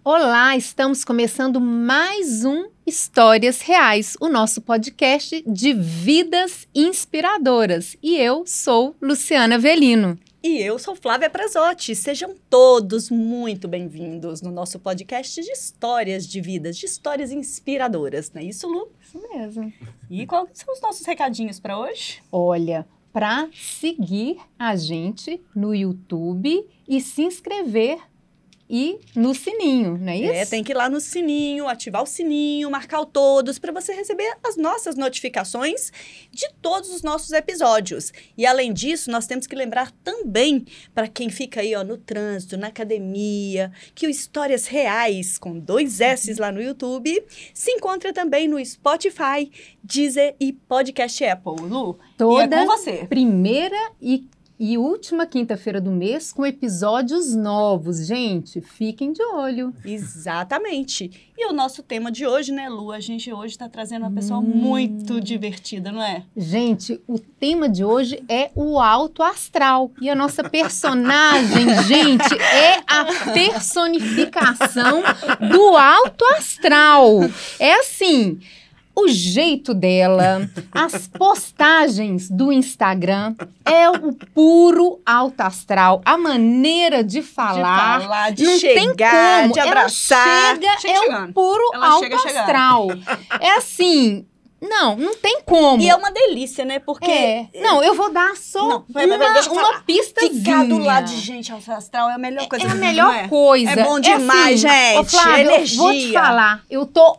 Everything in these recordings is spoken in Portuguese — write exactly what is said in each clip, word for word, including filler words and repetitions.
Olá, estamos começando mais um Histórias Reais, o nosso podcast de vidas inspiradoras. E eu sou Luciana Avelino. E eu sou Flávia Prazotti. Sejam todos muito bem-vindos no nosso podcast de histórias de vidas, de histórias inspiradoras. Não é isso, Lu? Isso mesmo. E quais são os nossos recadinhos para hoje? Olha, para seguir a gente no YouTube e se inscrever e no sininho, não é isso? É, tem que ir lá no sininho, ativar o sininho, marcar o todos para você receber as nossas notificações de todos os nossos episódios. E além disso, nós temos que lembrar também para quem fica aí ó, no trânsito, na academia, que o Histórias Reais, com dois S's lá no YouTube, se encontra também no Spotify, Deezer e Podcast Apple. Lu, Toda e é com você. Primeira e E última quinta-feira do mês com episódios novos. Gente, fiquem de olho. Exatamente. E o nosso tema de hoje, né, Lu? A gente hoje está trazendo uma pessoa hum. muito divertida, não é? Gente, o tema de hoje é o alto astral. E a nossa personagem, gente, é a personificação do alto astral. É assim... O jeito dela, as postagens do Instagram, é o puro alto astral. A maneira de falar, de, falar, de não chegar, tem como. de abraçar. Ela chega, chega é chegando. O puro Ela alto astral. É assim... Não, não tem como. E é uma delícia, né? Porque... É. Não, eu vou dar só não, uma, uma pistazinha. Ficar do lado de gente alto astral é a melhor coisa. É a melhor é? coisa. É bom demais, é assim, gente. Ô, Flávia, energia. Eu vou te falar, eu tô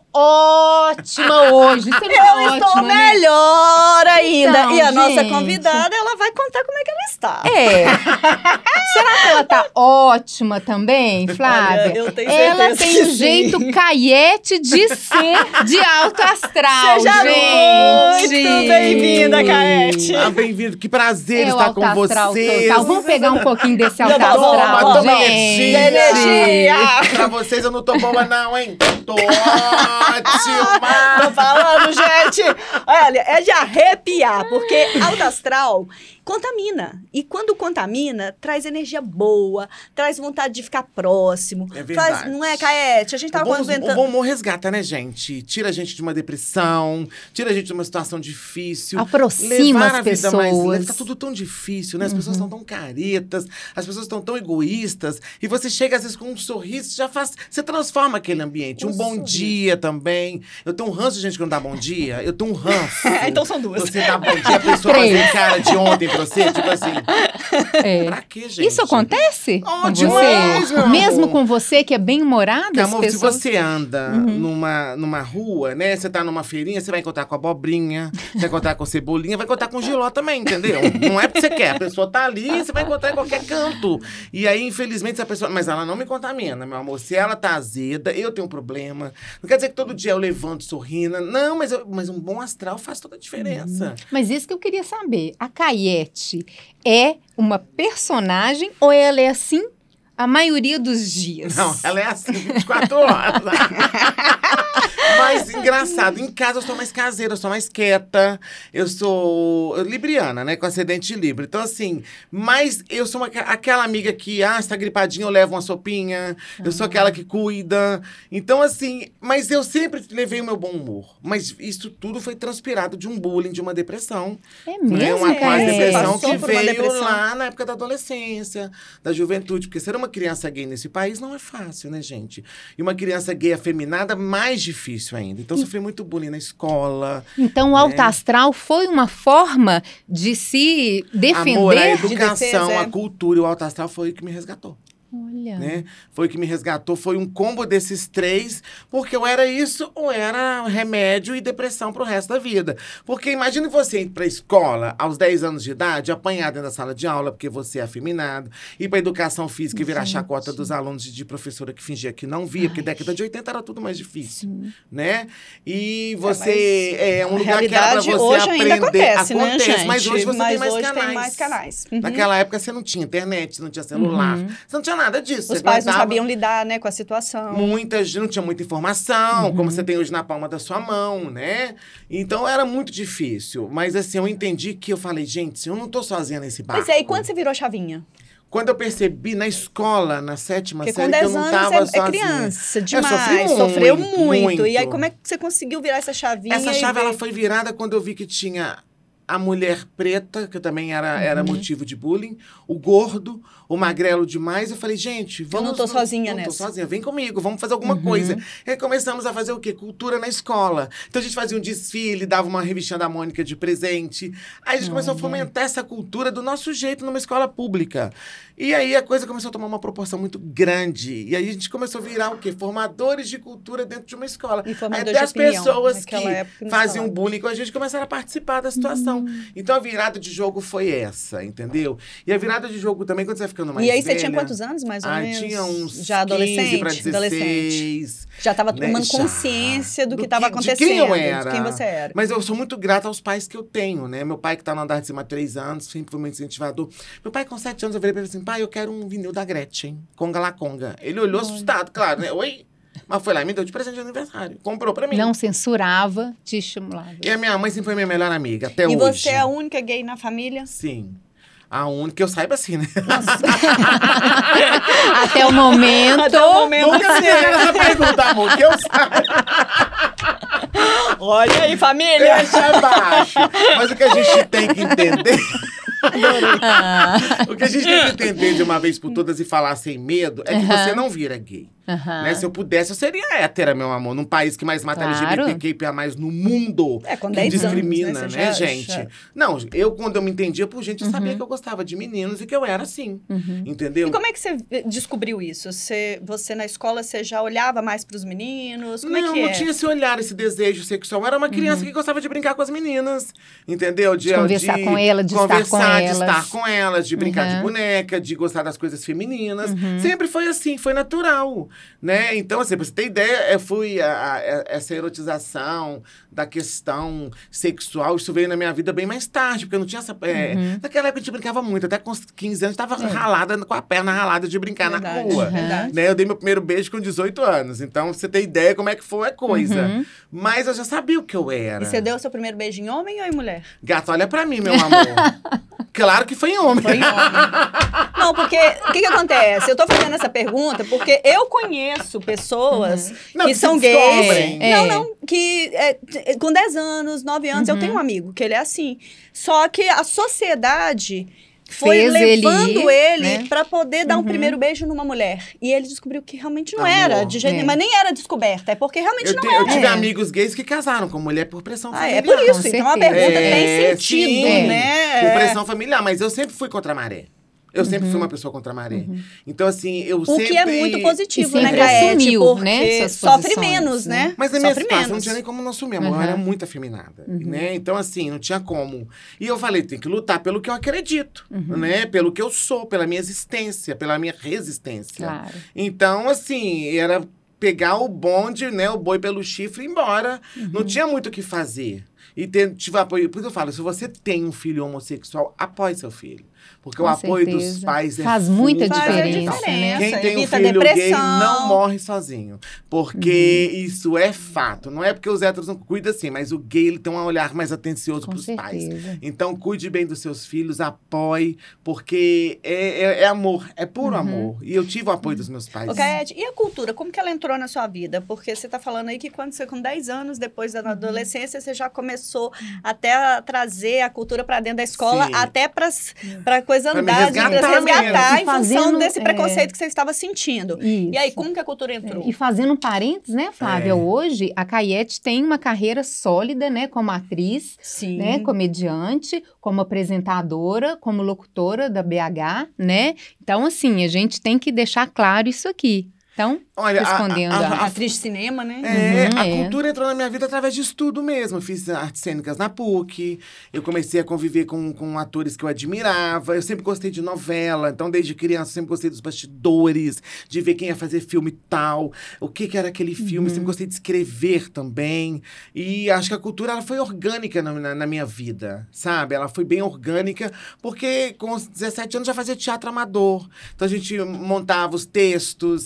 ótima hoje. Você eu tá estou ótima, melhor né? ainda. Então, e a gente... nossa convidada, ela vai contar como é que ela está. É. Será que ela tá ótima também, Flávia? Olha, eu tenho certeza ela tem que um sim. jeito caiete de ser de alto astral, Seja gente. Muito bem-vinda, Caete. Ah, bem-vindo. Que prazer é estar com vocês. Total. Vamos pegar um pouquinho desse alto toma, astral, toma, toma gente. Energia. Pra vocês eu não tô boa não, hein? Tô ótima. Tô falando, gente. Olha, é de arrepiar, porque alto astral contamina. E quando contamina, traz energia boa, traz vontade de ficar próximo. É verdade. Faz, não é, Caete? A gente tava o bom, comentando... O bom humor resgata, né, gente? Tira a gente de uma depressão, tira a gente de uma situação difícil. Aproxima levar as a vida pessoas. mais leve. Fica tudo tão difícil, né? As uhum. pessoas estão tão caretas, as pessoas estão tão egoístas. E você chega, às vezes, com um sorriso, já faz... Você transforma aquele ambiente. Um, um bom sorriso. Dia também. Eu tenho um ranço de gente que não dá bom dia. Eu tenho um ranço. Então são duas. Você dá bom dia, a pessoa fazer cara de ontem pra você, tipo assim... É. Pra quê, gente? Isso acontece oh, com demais, você? meu Mesmo amor. com você, que é bem humorada, amor, as pessoas... se você anda uhum. numa, numa rua, né? Você tá numa feirinha, você vai encontrar com abobrinha, você vai encontrar com cebolinha, vai encontrar com giló também, entendeu? Não é porque você quer, a pessoa tá ali, você vai encontrar em qualquer canto. E aí, infelizmente, essa pessoa... Mas ela não me contamina, meu amor. Se ela tá azeda, eu tenho um problema. Não quer dizer que todo dia eu levanto sorrindo. Não, mas, eu, mas um bom astral faz toda a diferença. Uhum. Mas isso que eu queria saber. A Caete é uma personagem ou ela é assim a maioria dos dias? Não, ela é assim vinte e quatro horas. Mas, engraçado, em casa eu sou mais caseira, eu sou mais quieta. Eu sou libriana, né? Com ascendente de Libra. Então, assim, mas eu sou uma, aquela amiga que, ah, você tá gripadinha, eu levo uma sopinha. Ah. Eu sou aquela que cuida. Então, assim, mas eu sempre levei o meu bom humor. Mas isso tudo foi transpirado de um bullying, de uma depressão. É mesmo? Né? Uma quase é. depressão que veio depressão. lá na época da adolescência, da juventude. Porque ser uma criança gay nesse país não é fácil, né, gente? E uma criança gay afeminada, mais difícil ainda. Então, sofri muito bullying na escola. Então, o né? alto astral foi uma forma de se defender? Amor, a de educação, defesa, é. a cultura e o alto astral foi o que me resgatou. Olha. Né? Foi o que me resgatou, foi um combo desses três, porque ou era isso, ou era remédio e depressão pro resto da vida. Porque imagine você ir pra escola aos dez anos de idade, apanhar dentro da sala de aula, porque você é afeminado, ir pra educação física e virar Gente. chacota dos alunos de professora que fingia que não via, porque década de oitenta era tudo mais difícil, Sim. né? E você é, é um lugar que era pra você hoje aprender. Ainda acontece, acontece, né, gente? mas hoje você mas tem mais hoje canais. Tem mais canais. Uhum. Naquela época você não tinha internet, você não tinha celular, Uhum. você não tinha nada disso. Os você pais não aguentava... sabiam lidar, né, com a situação. Muitas, não tinha muita informação, Uhum. como você tem hoje na palma da sua mão, né? Então, era muito difícil. Mas, assim, eu entendi que eu falei, gente, eu não tô sozinha nesse barco. Pois é, e quando você virou a chavinha? Quando eu percebi na escola, na sétima Porque série, com que eu dez não anos tava é, é sozinha. criança, Eu demais. sofri muito, Sofreu muito. muito. E aí, como é que você conseguiu virar essa chavinha? Essa e chave ver- ela foi virada quando eu vi que tinha a mulher preta, que também era, era motivo de bullying, o gordo, o magrelo demais. Eu falei, gente, vamos... não tô sozinha não nessa. Não tô sozinha, vem comigo, vamos fazer alguma coisa. E aí começamos a fazer o quê? Cultura na escola. Então a gente fazia um desfile, dava uma revistinha da Mônica de presente. Aí a gente começou a fomentar essa cultura do nosso jeito numa escola pública. E aí a coisa começou a tomar uma proporção muito grande. E aí a gente começou a virar o quê? Formadores de cultura dentro de uma escola. E Aí formadores até de as opinião. pessoas que Naquela época não faziam falava. bullying com a gente começaram a participar da situação. Então a virada de jogo foi essa, entendeu? E a virada de jogo também, quando você vai ficando mais E aí velha... você tinha quantos anos, mais ou Ah, menos? tinha uns Já adolescente? quinze para Adolescente. dezesseis. Já estava né? tomando Já. consciência do que Do estava que- de acontecendo. quem eu era. De quem você era. Mas eu sou muito grata aos pais que eu tenho, né? Meu pai, que tá no andar de cima há três anos, sempre foi muito incentivador. Meu pai, com sete anos, eu virei pra ele assim, pai, eu quero um vinil da Gretchen, Conga La Conga. Ele olhou assustado, claro, né? Oi? Mas foi lá e me deu de presente de aniversário. Comprou pra mim. Não censurava, te estimulava. E a minha mãe sempre foi minha melhor amiga, até E hoje. você é a única gay na família? Sim. A única que eu saiba assim, né? Até o momento. Até o momento. Nunca me fizeram essa pergunta, amor, que eu saiba. Olha aí, família! Deixa abaixo. Mas o que a gente tem que entender... O que a gente tem que entender de uma vez por todas e falar sem medo é que você não vira gay. Aham. Né? Se eu pudesse, eu seria hétera, meu amor. Num país que mais mata Claro. L G B T Q I P A mais no mundo. É, com que dez anos, discrimina, né? Você né, já- gente? já- Não, eu, quando eu me entendia por gente, eu sabia que eu gostava de meninos e que eu era assim. Entendeu? E como é que você descobriu isso? Você, você na escola, você já olhava mais para os meninos? Como não, é que não é? tinha esse olhar, esse desejo sexual. Eu era uma criança que gostava de brincar com as meninas, entendeu? De, De conversar com ela, de estar com conversar, de elas. estar com elas, de brincar de Uhum. boneca, de gostar das coisas femininas. Sempre foi assim, foi natural, né? Então, assim, pra você ter ideia, eu fui a, a- a- essa erotização da questão sexual, isso veio na minha vida bem mais tarde, porque eu não tinha essa... é, Naquela época a gente brincava muito, até com os quinze anos, tava ralada, com a perna ralada de brincar na Verdade, rua. verdade. Né? Eu dei meu primeiro beijo com dezoito anos, então você tem ideia como é que foi a coisa. Uhum. Mas eu já sabia o que eu era. E você deu o seu primeiro beijo em homem ou em mulher? Gato, olha pra mim, meu amor. Claro que foi em homem. Foi em homem. Não, porque o que, que acontece? Eu tô fazendo essa pergunta porque eu conheço pessoas Não, que que são se gays. descobrem. É. Não, não, que é, t- com dez anos, nove anos, eu tenho um amigo que ele é assim. Só que a sociedade foi Fez ele levando ir, ele né? pra poder dar um primeiro beijo numa mulher. E ele descobriu que realmente não Amor, era, de jeito é. nenhum. Mas nem era descoberta, é porque realmente Eu, não te- era. eu tive É. amigos gays que casaram com mulher por pressão Ah, é familiar. por isso. Com Então a certeza. pergunta É, tem sentido, sim, né? Por pressão familiar, mas eu sempre fui contra a maré. Eu sempre fui uma pessoa contra a maré. Então, assim, eu O sempre... que é muito positivo, E né, sempre Gaete? assumiu, Porque né, suas sofre posições, menos, né? né? Mas na minha Sofre situação menos. não tinha nem como não assumir, amor. Eu Uhum. era muito afeminada, né? Então, assim, não tinha como. E eu falei, tem que lutar pelo que eu acredito, né? Pelo que eu sou, pela minha existência, pela minha resistência. Claro. Então, assim, era pegar o bonde, né? O boi pelo chifre e ir embora. Não tinha muito o que fazer. E ter, tive apoio. Por isso eu falo, se você tem um filho homossexual, apoie seu filho. Porque Com o apoio certeza. dos pais é Faz muita fundamental. Faz a diferença, né? Quem tem um evita filho gay depressão. não morre sozinho. Porque isso é fato. Não é porque os héteros não cuidam assim, mas o gay ele tem um olhar mais atencioso Com pros pais. certeza. Então, cuide bem dos seus filhos, apoie, porque é, é- é amor, é puro amor. E eu tive o apoio dos meus pais. Ô, Gaete, e a cultura, como que ela entrou na sua vida? Porque você tá falando aí que quando você, com dez anos, depois da adolescência, você já começou até a trazer a cultura para dentro da escola, Sim. até para a coisa Pra me andar, de resgatar resgatar mesmo. em E função fazendo, desse é, preconceito que você estava sentindo. Isso. E aí, como que a cultura entrou? E fazendo um parênteses, né, Flávia? É. Hoje, a Caiete tem uma carreira sólida, né, como atriz, Sim. né, comediante, como apresentadora, como locutora da B H, né? Então, assim, a gente tem que deixar claro isso aqui. Então, Olha, a- respondendo a- a- Atriz de cinema, né? É, Uhum, a é. cultura entrou na minha vida através de estudo mesmo. Eu fiz artes cênicas na P U C, eu comecei a conviver com, com atores que eu admirava, eu sempre gostei de novela, então desde criança eu sempre gostei dos bastidores, de ver quem ia fazer filme e tal, o que, que era aquele filme, sempre gostei de escrever também. E acho que a cultura ela foi orgânica na, na- na minha vida, sabe? Ela foi bem orgânica, porque com os dezessete anos já fazia teatro amador. Então a gente montava os textos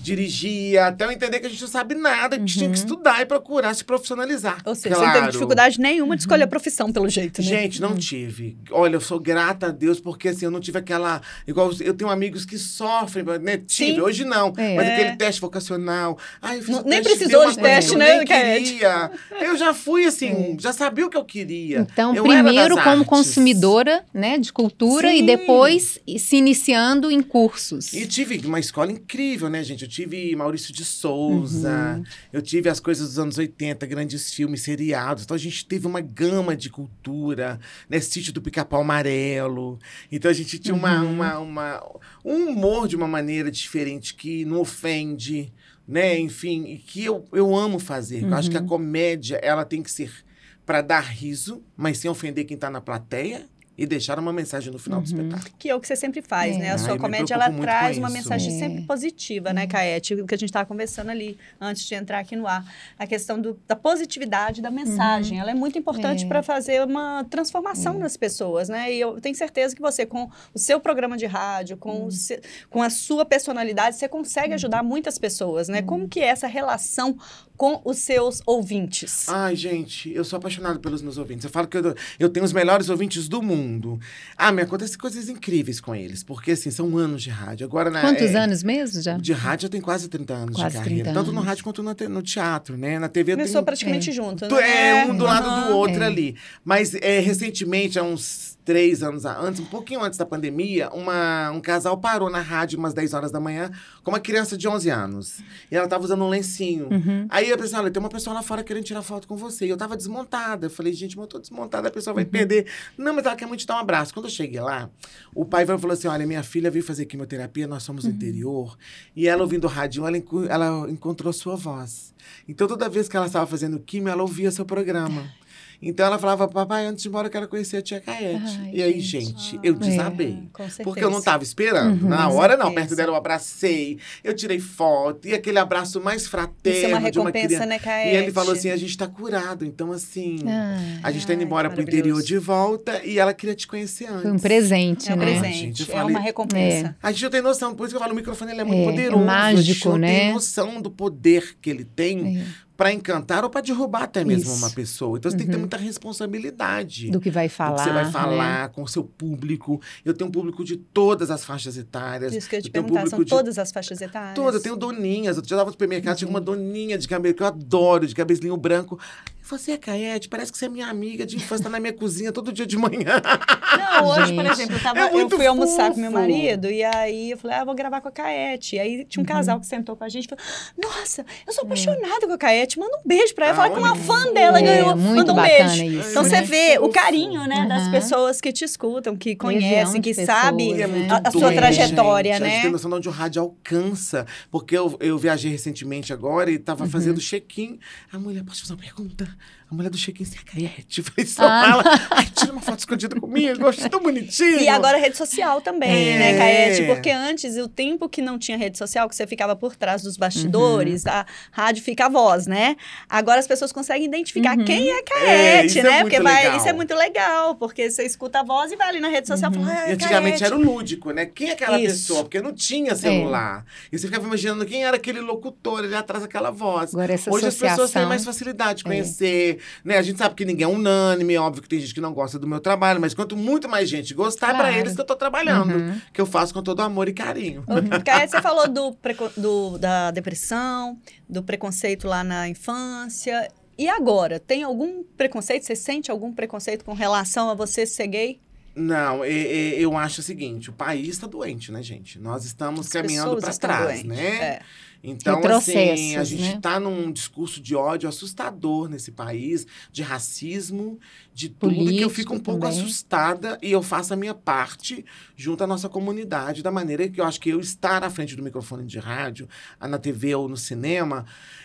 dirigia, até eu entender que a gente não sabe nada, que tinha que estudar e procurar se profissionalizar. Ou seja, claro. você não teve dificuldade nenhuma de escolher a profissão, pelo jeito, né? Gente, não tive. Olha, eu sou grata a Deus, porque assim, eu não tive aquela... Igual eu tenho amigos que sofrem, né? Tive, Sim. hoje não. É. Mas aquele teste vocacional. Ai, eu fiz Não- o nem teste, precisou deu uma de coisa teste, que eu né, nem Caete? queria. Eu já fui assim, já sabia o que eu queria. Então, Eu era primeiro das como artes. consumidora, né, de cultura Sim. e depois se iniciando em cursos. E tive uma escola incrível, né, gente? Eu tive Maurício de Souza, eu tive as coisas dos anos oitenta, grandes filmes, seriados. Então a gente teve uma gama de cultura, né? Sítio do Pica-Pau Amarelo. Então a gente tinha uma, uma, uma, um humor de uma maneira diferente que não ofende, né? Enfim, e que eu, eu amo fazer. Eu acho que a comédia, ela tem que ser para dar riso, mas sem ofender quem tá na plateia. E deixar uma mensagem no final do espetáculo. Que é o que você sempre faz, É. né? A Ai, sua me comédia, preocupo ela muito traz com uma isso. mensagem É. sempre positiva, né, Caete? O que a gente estava conversando ali, antes de entrar aqui no ar. A questão do- da positividade da mensagem. Ela é muito importante É. para fazer uma transformação nas pessoas, né? E eu tenho certeza que você, com o seu programa de rádio, com, o se- com a sua personalidade, você consegue ajudar muitas pessoas, né? Como que é essa relação com os seus ouvintes? Ai, gente, eu sou apaixonado pelos meus ouvintes. Eu falo que eu, eu tenho os melhores ouvintes do mundo. Ah, me acontecem coisas incríveis com eles, porque, assim, são anos de rádio. Agora, na, Quantos é, anos mesmo já? De rádio eu tenho quase trinta anos Quase de carreira. trinta Tanto no anos. rádio quanto no, te- no teatro, né? Na T V eu Começou tenho... praticamente junto, Tu- né? É, um do lado Aham. do outro É. ali. Mas, é, recentemente, há uns três anos a- antes, um pouquinho antes da pandemia, uma, um casal parou na rádio umas dez horas da manhã com uma criança de onze anos. E ela tava usando um lencinho. Aí eu pensei, olha, tem uma pessoa lá fora querendo tirar foto com você. E eu tava desmontada. Eu falei, gente, mas eu tô desmontada, a pessoa vai perder. Não, mas ela quer muito te dar um abraço. Quando eu cheguei lá, o pai veio e falou assim, olha, minha filha veio fazer quimioterapia, nós somos do interior. E ela ouvindo o rádio, ela, enco- ela encontrou sua voz. Então, toda vez que ela estava fazendo quimio, ela ouvia seu programa. Então, ela falava, papai, antes de ir embora, eu quero conhecer a tia Caete. Ai, E aí, gente. gente, eu desabei. Com certeza. Porque eu não estava esperando. Na Com hora, não. certeza. Perto dela, eu abracei, eu tirei foto. E aquele abraço mais fraterno Isso é uma de uma recompensa, criança. né, Caete? E ele falou assim, a gente tá curado. Então, assim, Ah, a gente tá indo Ai, embora que pro interior maravilhoso. de volta. E ela queria te conhecer antes. foi um presente, É um né? presente, gente, eu é falei- uma recompensa. A gente não tem noção, por isso que eu falo, o microfone ele é muito É, é poderoso. mágico, a gente não né? tem noção do poder que ele tem É. para encantar ou para derrubar até mesmo Isso. uma pessoa. Então você tem que ter muita responsabilidade. Do que vai do falar. que você vai né? falar com o seu público. Eu tenho um público de todas as faixas etárias. Isso que eu ia te tenho um perguntar, são público de todas as faixas etárias? Toda, eu tenho doninhas. Eu já estava no supermercado, tinha uma doninha de cabelo que eu adoro, de cabelinho branco. Você é Caete, parece que você é minha amiga de infância, tá na minha cozinha todo dia de manhã. Não, hoje, por Gente. exemplo, eu, tava, É eu muito fui almoçar com meu fofo. marido e aí eu falei, ah, vou gravar com a Caete. E aí tinha um casal que sentou com a gente e falou, nossa, eu sou apaixonada com a Caete, manda um beijo pra ela. Fala que uma Ai, fã dela é, ganhou, muito manda um bacana beijo. isso, Então né? você vê o Fofo. carinho, né, das Aham. pessoas que te escutam, que Legião conhecem, de que sabem pessoas, E é né? muito a, a sua doido, trajetória, gente. A gente né? tem noção de onde o rádio alcança. Porque eu, eu viajei recentemente agora e tava Uhum. fazendo check-in. A mulher, posso fazer uma pergunta? A mulher do check-in, você é Caete? Eu falei, só Ah. fala. Ai, tira uma foto escondida comigo, eu acho tão bonitinho. E agora rede social também, É. né, Caete? Porque antes, o tempo que não tinha rede social, que você ficava por trás dos bastidores, Uhum. a rádio fica a voz, né? Agora as pessoas conseguem identificar Uhum. quem é É, Caete, isso é né? muito porque vai, legal. isso é muito legal, porque você escuta a voz e vai ali na rede social e fala, ah, E é antigamente Caete. era o lúdico, né? Quem é aquela Isso. pessoa? Porque não tinha celular. E você ficava imaginando quem era aquele locutor ali atrás daquela voz. Agora essa Hoje as pessoas têm associação- mais facilidade de conhecer, né? A gente sabe que ninguém é unânime, é óbvio que tem gente que não gosta do meu trabalho, mas quanto muito mais gente gostar, é pra Claro. eles que eu tô trabalhando. Uhum. Que eu faço com todo amor e carinho. Ô, Caete, você falou do, preco- do- da depressão, do preconceito lá na infância. E agora, tem algum preconceito? Você sente algum preconceito com relação a você ser gay? Não, e- e- eu acho o seguinte, o país está doente, né, gente? Nós estamos As caminhando pessoas para estão trás, doentes, né? é. Então, assim, Retrocessos, a gente né? está num discurso de ódio assustador nesse país, de racismo, de tudo, que eu Político fico um pouco também. assustada e eu faço a minha parte junto à nossa comunidade, da maneira que eu acho que eu estar à frente do microfone de rádio, na T V ou no cinema,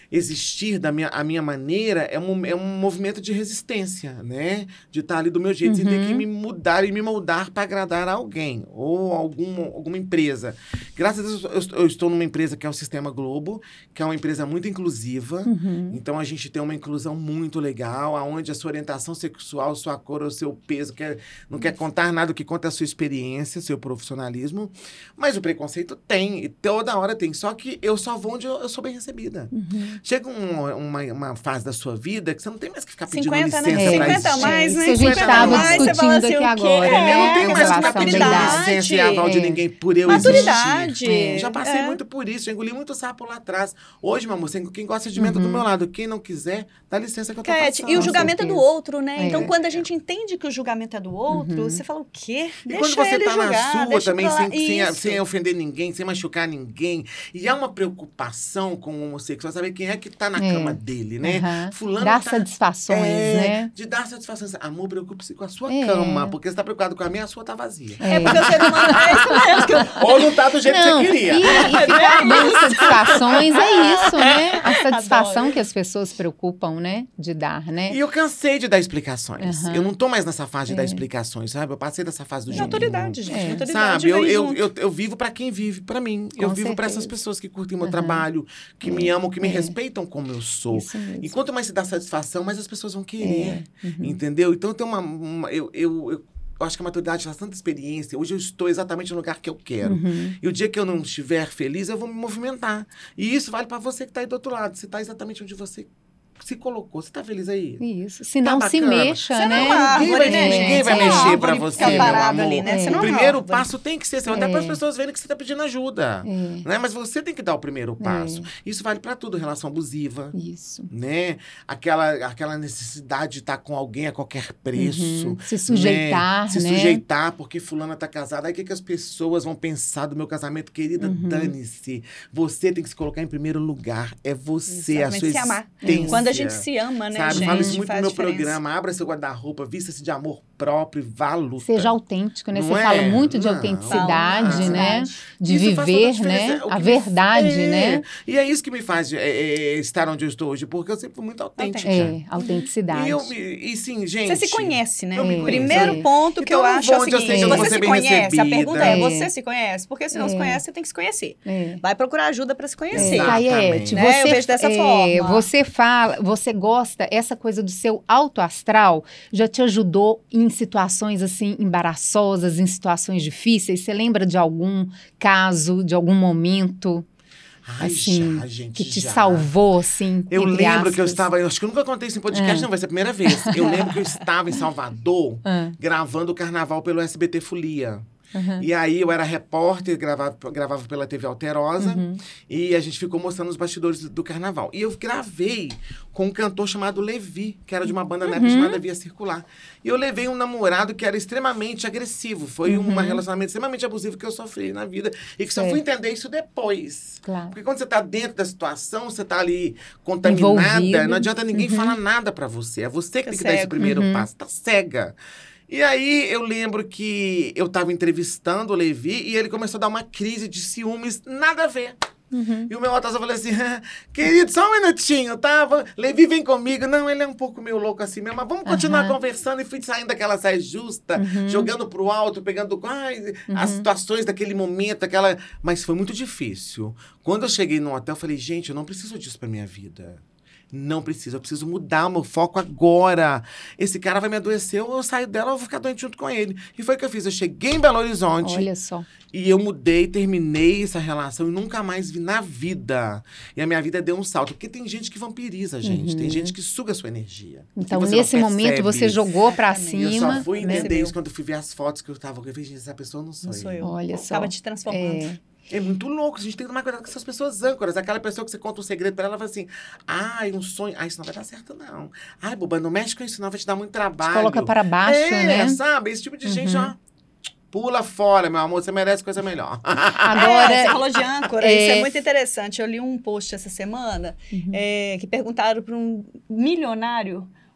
existir da minha, a minha maneira é um, é um movimento de resistência, né? De estar ali do meu jeito, sem ter que me mudar e me moldar para agradar a alguém ou algum, alguma empresa. Graças a Deus, eu, eu estou numa empresa que é o Sistema Globo, que é uma empresa muito inclusiva. Uhum. Então, a gente tem uma inclusão muito legal, onde a sua orientação sexual, sua cor, o seu peso, quer, não quer contar nada, o que conta é a sua experiência, seu profissionalismo. Mas o preconceito tem, e toda hora tem. Só que eu só vou onde eu, eu sou bem recebida. Uhum. Chega um, uma, uma fase da sua vida que você não tem mais que ficar pedindo cinquenta, licença né? pra cinquenta a existir. mais, né? Que a gente cinquenta a estava mais, você fala discutindo assim, aqui o quê? agora, Eu né? não tenho Com mais que ficar relação à pedindo idade. licença e aval de É. ninguém por eu Maturidade. existir. É. Já passei É. muito por isso, eu engoli muito sapo lá atrás. Hoje, meu amor, quem gosta de menta do meu lado, quem não quiser, dá licença que eu tô Cat, passando. e o julgamento é do outro, né? É. Então, quando a gente entende que o julgamento é do outro, Uhum. você fala o quê? E Deixa quando você ele tá julgar, na sua deixa também, pra lá. sem, sem, Isso. sem ofender ninguém, sem machucar ninguém. E há uma preocupação com o homossexual, saber quem é que tá na É. cama dele, né? Uhum. Fulano Dar tá... satisfações, é, né? De dar satisfação. Amor, preocupe-se com a sua É. cama, porque você tá preocupado com a minha, a sua tá vazia. É porque o ser humano é isso mesmo. que eu- Ou não tá do jeito Não, que você queria. E, e ficar dando satisfações é isso, né? A satisfação Adoro. que as pessoas se preocupam, né? De dar, né? E eu cansei de dar explicações. Uhum. Eu não tô mais nessa fase de É. dar explicações, sabe? Eu passei dessa fase do De joguinho. autoridade, gente. É. Autoridade Sabe, eu, vem eu, junto. eu, eu vivo pra quem vive pra mim. Com eu vivo pra essas certeza. pessoas que curtem meu Uhum. trabalho, que me amam, que me É. respeitam como eu sou. Isso mesmo. E quanto mais se dá satisfação, mais as pessoas vão querer. É. Uhum. Entendeu? Então tem uma. uma- eu, eu, eu, eu acho que a maturidade faz tanta experiência. Hoje eu estou exatamente no lugar que eu quero. Uhum. E o dia que eu não estiver feliz, eu vou me movimentar. E isso vale pra você que tá aí do outro lado. Você tá exatamente onde você se colocou. Você tá feliz aí? Isso. Se não Tá se bacana. mexa, Você não né? é uma Ninguém árvore, vai, né, ninguém gente? vai Você não é uma mexer árvore pra que você, fica meu parado amor. ali, né? Você O não é uma primeiro árvore. passo tem que ser seu, até É. para as pessoas verem que você tá pedindo ajuda. É. Né? Mas você tem que dar o primeiro passo. Isso vale pra tudo, relação abusiva. Isso. Né? Aquela, aquela necessidade de estar com alguém a qualquer preço. Uhum. Se sujeitar, né? Se né? sujeitar porque fulana tá casada. Aí o que, que as pessoas vão pensar do meu casamento? Querida, Uhum. dane-se. Você tem que se colocar em primeiro lugar. É você, Exatamente, a sua se amar. existência. Quando a gente se ama, né, Sabe? gente? Eu falo isso muito no faz meu diferença. programa. Abra seu guarda-roupa, vista-se de amor próprio e vá à luta. Seja autêntico, né? Não Você é? fala muito de Não. autenticidade, Não. né? De Isso faz toda viver, diferença. né? O que A me- verdade, é. né? E é isso que me faz é, é, estar onde eu estou hoje, porque eu sempre fui muito autêntica. É, autenticidade. E, eu, me- e sim, gente... Você se conhece, né? Eu me É. Primeiro É. ponto que Então, eu eu acho é vou o onde eu seguinte, sei que eu você vou ser se bem conhece? A recebida. pergunta é, É. você se conhece? Porque se não se É. conhece, você tem que se conhecer. É. Vai procurar ajuda para se conhecer. Exato. Caiete, Né? Eu você, vejo dessa é, forma. você fala, você gosta, essa coisa do seu alto astral já te ajudou em situações assim embaraçosas, em situações difíceis? Você lembra de algum caso, de algum momento Ai, assim, já, gente, que te já. salvou, assim? Eu entre lembro que eu aspas? estava... Eu acho que eu nunca contei isso em podcast, Ah. não vai ser a primeira vez. Eu lembro que eu estava em Salvador, Ah, gravando o carnaval pelo S B T Folia. aham. E aí eu era repórter, gravava, gravava pela T V Alterosa. Uhum. E a gente ficou mostrando os bastidores do, do carnaval. E eu gravei com um cantor chamado Levi, que era de uma banda na época Uhum. chamada Via Circular. E eu levei um namorado que era extremamente agressivo. Foi Uhum. um relacionamento extremamente abusivo que eu sofri na vida. E que só Certo. fui entender isso depois. Claro. Porque quando você tá dentro da situação, você tá ali contaminada, Envolvido. não adianta ninguém Uhum. falar nada pra você. É você que Tá tem que dar esse cego. primeiro Uhum. passo. Tá cega. E aí eu lembro que eu tava entrevistando o Levi e ele começou a dar uma crise de ciúmes, nada a ver. Uhum. E o meu autor falou assim, "Ah, querido, só um minutinho, tá? Va- Levi, vem comigo. Não, ele é um pouco meio louco assim mesmo, mas vamos continuar Aham. conversando. E fui saindo daquela saia justa, Uhum. jogando pro alto, pegando ai, as Uhum. situações daquele momento, aquela... Mas foi muito difícil. Quando eu cheguei no hotel, eu falei, gente, eu não preciso disso pra minha vida. Não preciso, eu preciso mudar o meu foco agora. Esse cara vai me adoecer, ou eu saio dela, ou eu vou ficar doente junto com ele. E foi o que eu fiz. Eu cheguei em Belo Horizonte Olha só. e eu mudei, terminei essa relação e nunca mais vi na vida. E a minha vida deu um salto. Porque tem gente que vampiriza, gente. Tem Uhum. gente que suga a sua energia. Então, E você não nesse momento, percebe. você jogou pra Exatamente. E eu cima. só fui né? entender isso quando eu fui ver as fotos que eu tava. Eu falei, gente, essa pessoa não sou, Não sou eu. eu. Olha só. Tava te transformando. É. É muito louco, a gente tem que tomar cuidado com essas pessoas âncoras. Aquela pessoa que você conta um segredo pra ela, ela fala assim, ai, um sonho, ai, isso não vai dar certo, não. Ai, boba, não mexe com isso, não, vai te dar muito trabalho. Coloca para baixo, é, né? sabe? Esse tipo de gente, Uhum. ó, pula fora, meu amor, você merece coisa melhor. Agora, É, você falou de âncora, é- isso é muito interessante. Eu li um post essa semana Uhum. é, que perguntaram para um milionário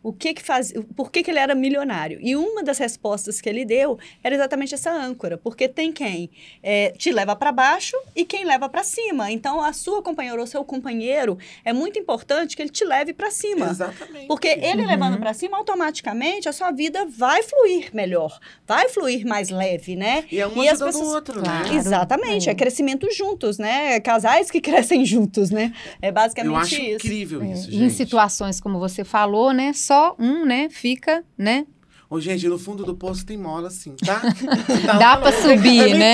o que que faz, por que que ele era milionário. E uma das respostas que ele deu era exatamente essa âncora, porque tem quem é, te leva para baixo e quem leva para cima. Então, a sua companheira ou seu companheiro, é muito importante que ele te leve para cima. Exatamente. Porque ele Uhum. levando para cima, automaticamente, a sua vida vai fluir melhor, vai fluir mais leve, né? E é um E as ajudando o pessoas- outro, Claro. né? Exatamente, É. é crescimento juntos, né? Casais que crescem juntos, né? É basicamente Eu acho isso. incrível É, isso, e gente. em situações como você falou, né? Só um, né? Fica, né? Ô, gente, no fundo do poço tem mola, sim, tá? Tá Dá falando. pra subir, É né?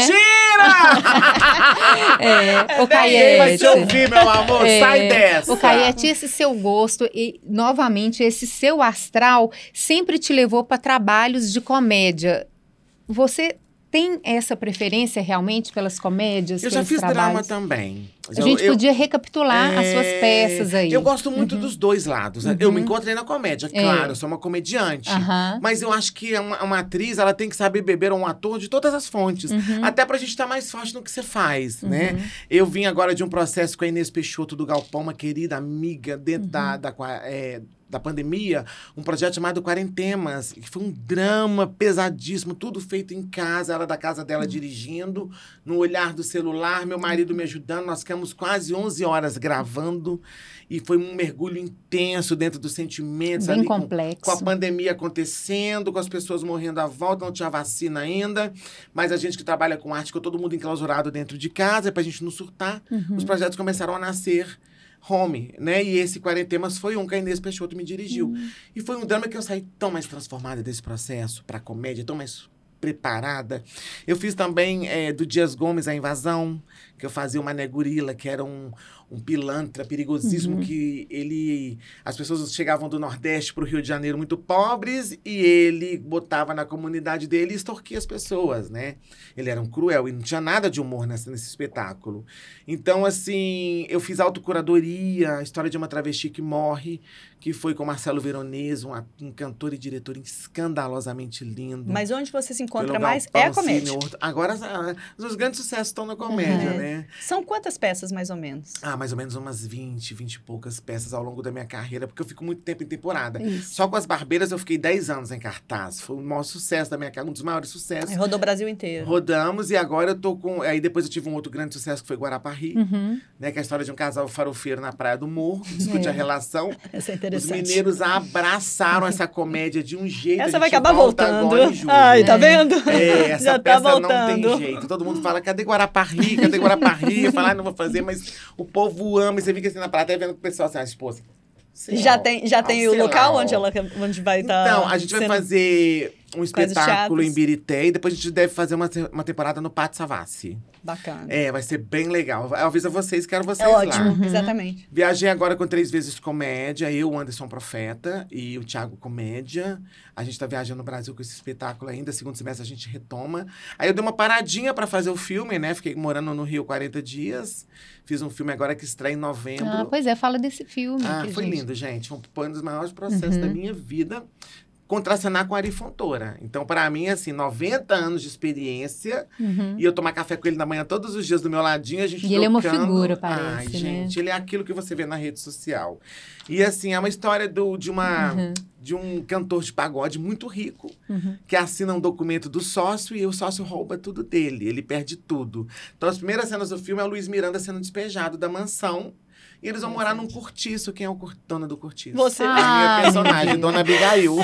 Mentira! É, o Ninguém vai te Caiete. ouvir, meu amor. É, Sai dessa. O Caiete, esse seu gosto e, novamente, esse seu astral sempre te levou para trabalhos de comédia. Você tem essa preferência realmente pelas comédias, Eu já pelos fiz drama trabalhos? também. A gente eu, podia recapitular as suas É, peças aí. Eu gosto muito dos dois lados. Eu me encontrei na comédia, É. claro, eu sou uma comediante. Aham. Mas eu acho que uma, uma atriz, ela tem que saber beber um ator de todas as fontes. Uhum. Até pra gente estar mais forte no que você faz, né? Eu vim agora de um processo com a Inês Peixoto do Galpão, uma querida amiga dentro da, da, qua- é, da pandemia, um projeto chamado Quarentemas, que foi um drama pesadíssimo, tudo feito em casa, ela da casa dela dirigindo, no olhar do celular, meu marido me ajudando, nós ficamos quase onze horas gravando, e foi um mergulho intenso dentro dos sentimentos, Bem ali com- complexo. com a pandemia acontecendo, com as pessoas morrendo à volta, não tinha vacina ainda, mas a gente que trabalha com arte, ficou todo mundo enclausurado dentro de casa, pra gente não surtar, Uhum. os projetos começaram a nascer home, né? E esse Quarentemas foi um que a Inês Peixoto me dirigiu. Uhum. E foi um drama que eu saí tão mais transformada desse processo pra comédia, tão mais preparada. Eu fiz também é, do Dias Gomes, A Invasão, que eu fazia uma negurila, que era um, um pilantra perigosíssimo, Uhum. que ele... As pessoas chegavam do Nordeste pro Rio de Janeiro muito pobres, e ele botava na comunidade dele e extorquia as pessoas, né? Ele era um cruel, e não tinha nada de humor nessa, nesse espetáculo. Então, assim, eu fiz autocuradoria, a história de uma travesti que morre, que foi com Marcelo Veronese, um, a- um cantor e diretor escandalosamente lindo. Mas onde você se encontra Pelo mais Galpão, é a comédia. Cine Horto. Agora, ah, os grandes sucessos estão na comédia, Uhum. né? São quantas peças, mais ou menos? Ah, mais ou menos umas vinte, vinte e poucas peças ao longo da minha carreira, porque eu fico muito tempo em temporada. Isso. Só com as Barbeiras eu fiquei dez anos em cartaz. Foi o maior sucesso da minha carreira, um dos maiores sucessos. Rodou o Brasil inteiro. Rodamos e agora eu tô com... Aí depois eu tive um outro grande sucesso que foi Guarapari, Uhum. né? Que é a história de um casal farofeiro na Praia do Morro, que discute É. a relação. Essa é Os interessante. mineiros abraçaram essa comédia de um jeito. a Essa vai gente acabar volta voltando. agora em julho. Ai, tá É. vendo? É, essa Já peça tá não voltando. tem jeito. Todo mundo fala, cadê Guarapari? Cadê Guarapari? Eu falo, ah, não vou fazer, mas o povo ama. E você fica assim na plateia vendo o pessoal assim, a esposa. sei Já lá, tem, já ah, tem o sei lá, local ó. onde, ela, onde vai estar. Então, a gente vai fazer um espetáculo teatros. em Birité e depois a gente deve fazer uma, te- uma temporada no Pátio Savassi. Bacana. É, vai ser bem legal. Eu aviso a vocês, quero vocês É lá. ótimo, exatamente. Viajei agora com Três Vezes Comédia, eu, o Anderson Profeta e o Thiago Comédia. A gente tá viajando no Brasil com esse espetáculo ainda, segundo semestre a gente retoma. Aí eu dei uma paradinha pra fazer o filme, né? Fiquei morando no Rio quarenta dias. Fiz um filme agora que estreia em novembro. Ah, pois é, fala desse filme. Ah, aqui, foi gente. lindo, gente. Foi um dos maiores processos Uhum. da minha vida. Contracenar com a Ari Fontoura. Então, pra mim, assim, noventa anos de experiência. Uhum. E eu tomar café com ele na manhã todos os dias do meu ladinho, a gente E ele é uma trocando. figura, parece, Ai, né? gente, ele é aquilo que você vê na rede social. E, assim, é uma história do, de, uma, Uhum. de um cantor de pagode muito rico, Uhum. que assina um documento do sócio e o sócio rouba tudo dele. Ele perde tudo. Então, as primeiras cenas do filme é o Luiz Miranda sendo despejado da mansão. E eles vão morar num cortiço. Quem é o cur... dono do cortiço? Você. A Ah, minha personagem, Dona Abigail.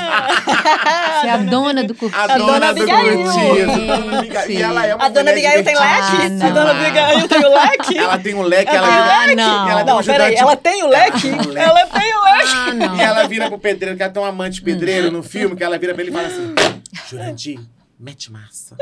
Você é a dona do curtiço. A A dona, Dona do Abigail. cortiço. Dona Abigail. E ela é uma A dona mulher Abigail tem leque? divertidíssima. A dona Abigail tem o leque? Ela tem um leque, ela Ah, vira... não. Ela tem um Não, peraí, ajudante- ela tem o leque? Ela tem o leque. Ela tem o leque. Ah, não. E ela vira pro pedreiro, que ela tem um amante pedreiro no filme, que ela vira pra ele e fala assim: Jurandir, mete massa.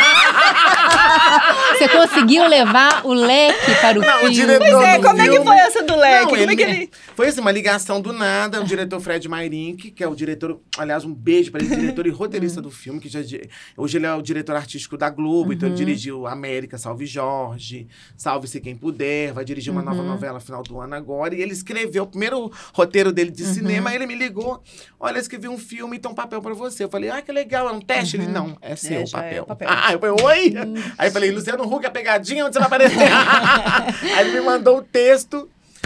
Você conseguiu levar o leque para o Não, o filme. diretor- Pois é, do como é que filme. foi essa do leque? Não, Como é que ele... Foi assim, uma ligação do nada. O diretor Fred Mairink, que é o diretor, aliás, um beijo pra ele, diretor e roteirista do filme, que já, di- hoje ele é o diretor artístico da Globo, então ele dirigiu América, Salve Jorge, Salve-se Quem Puder, vai dirigir uma nova novela no final do ano agora. E ele escreveu o primeiro roteiro dele de cinema, aí ele me ligou: olha, eu escrevi um filme e tem um papel pra você. Eu falei: ah, que legal, é um teste? Ele: não, é seu o já é papel. o papel. Ah, eu falei: oi? Aí eu falei: Luciano Huck, a pegadinha, onde você vai aparecer? Aí ele me mandou o texto.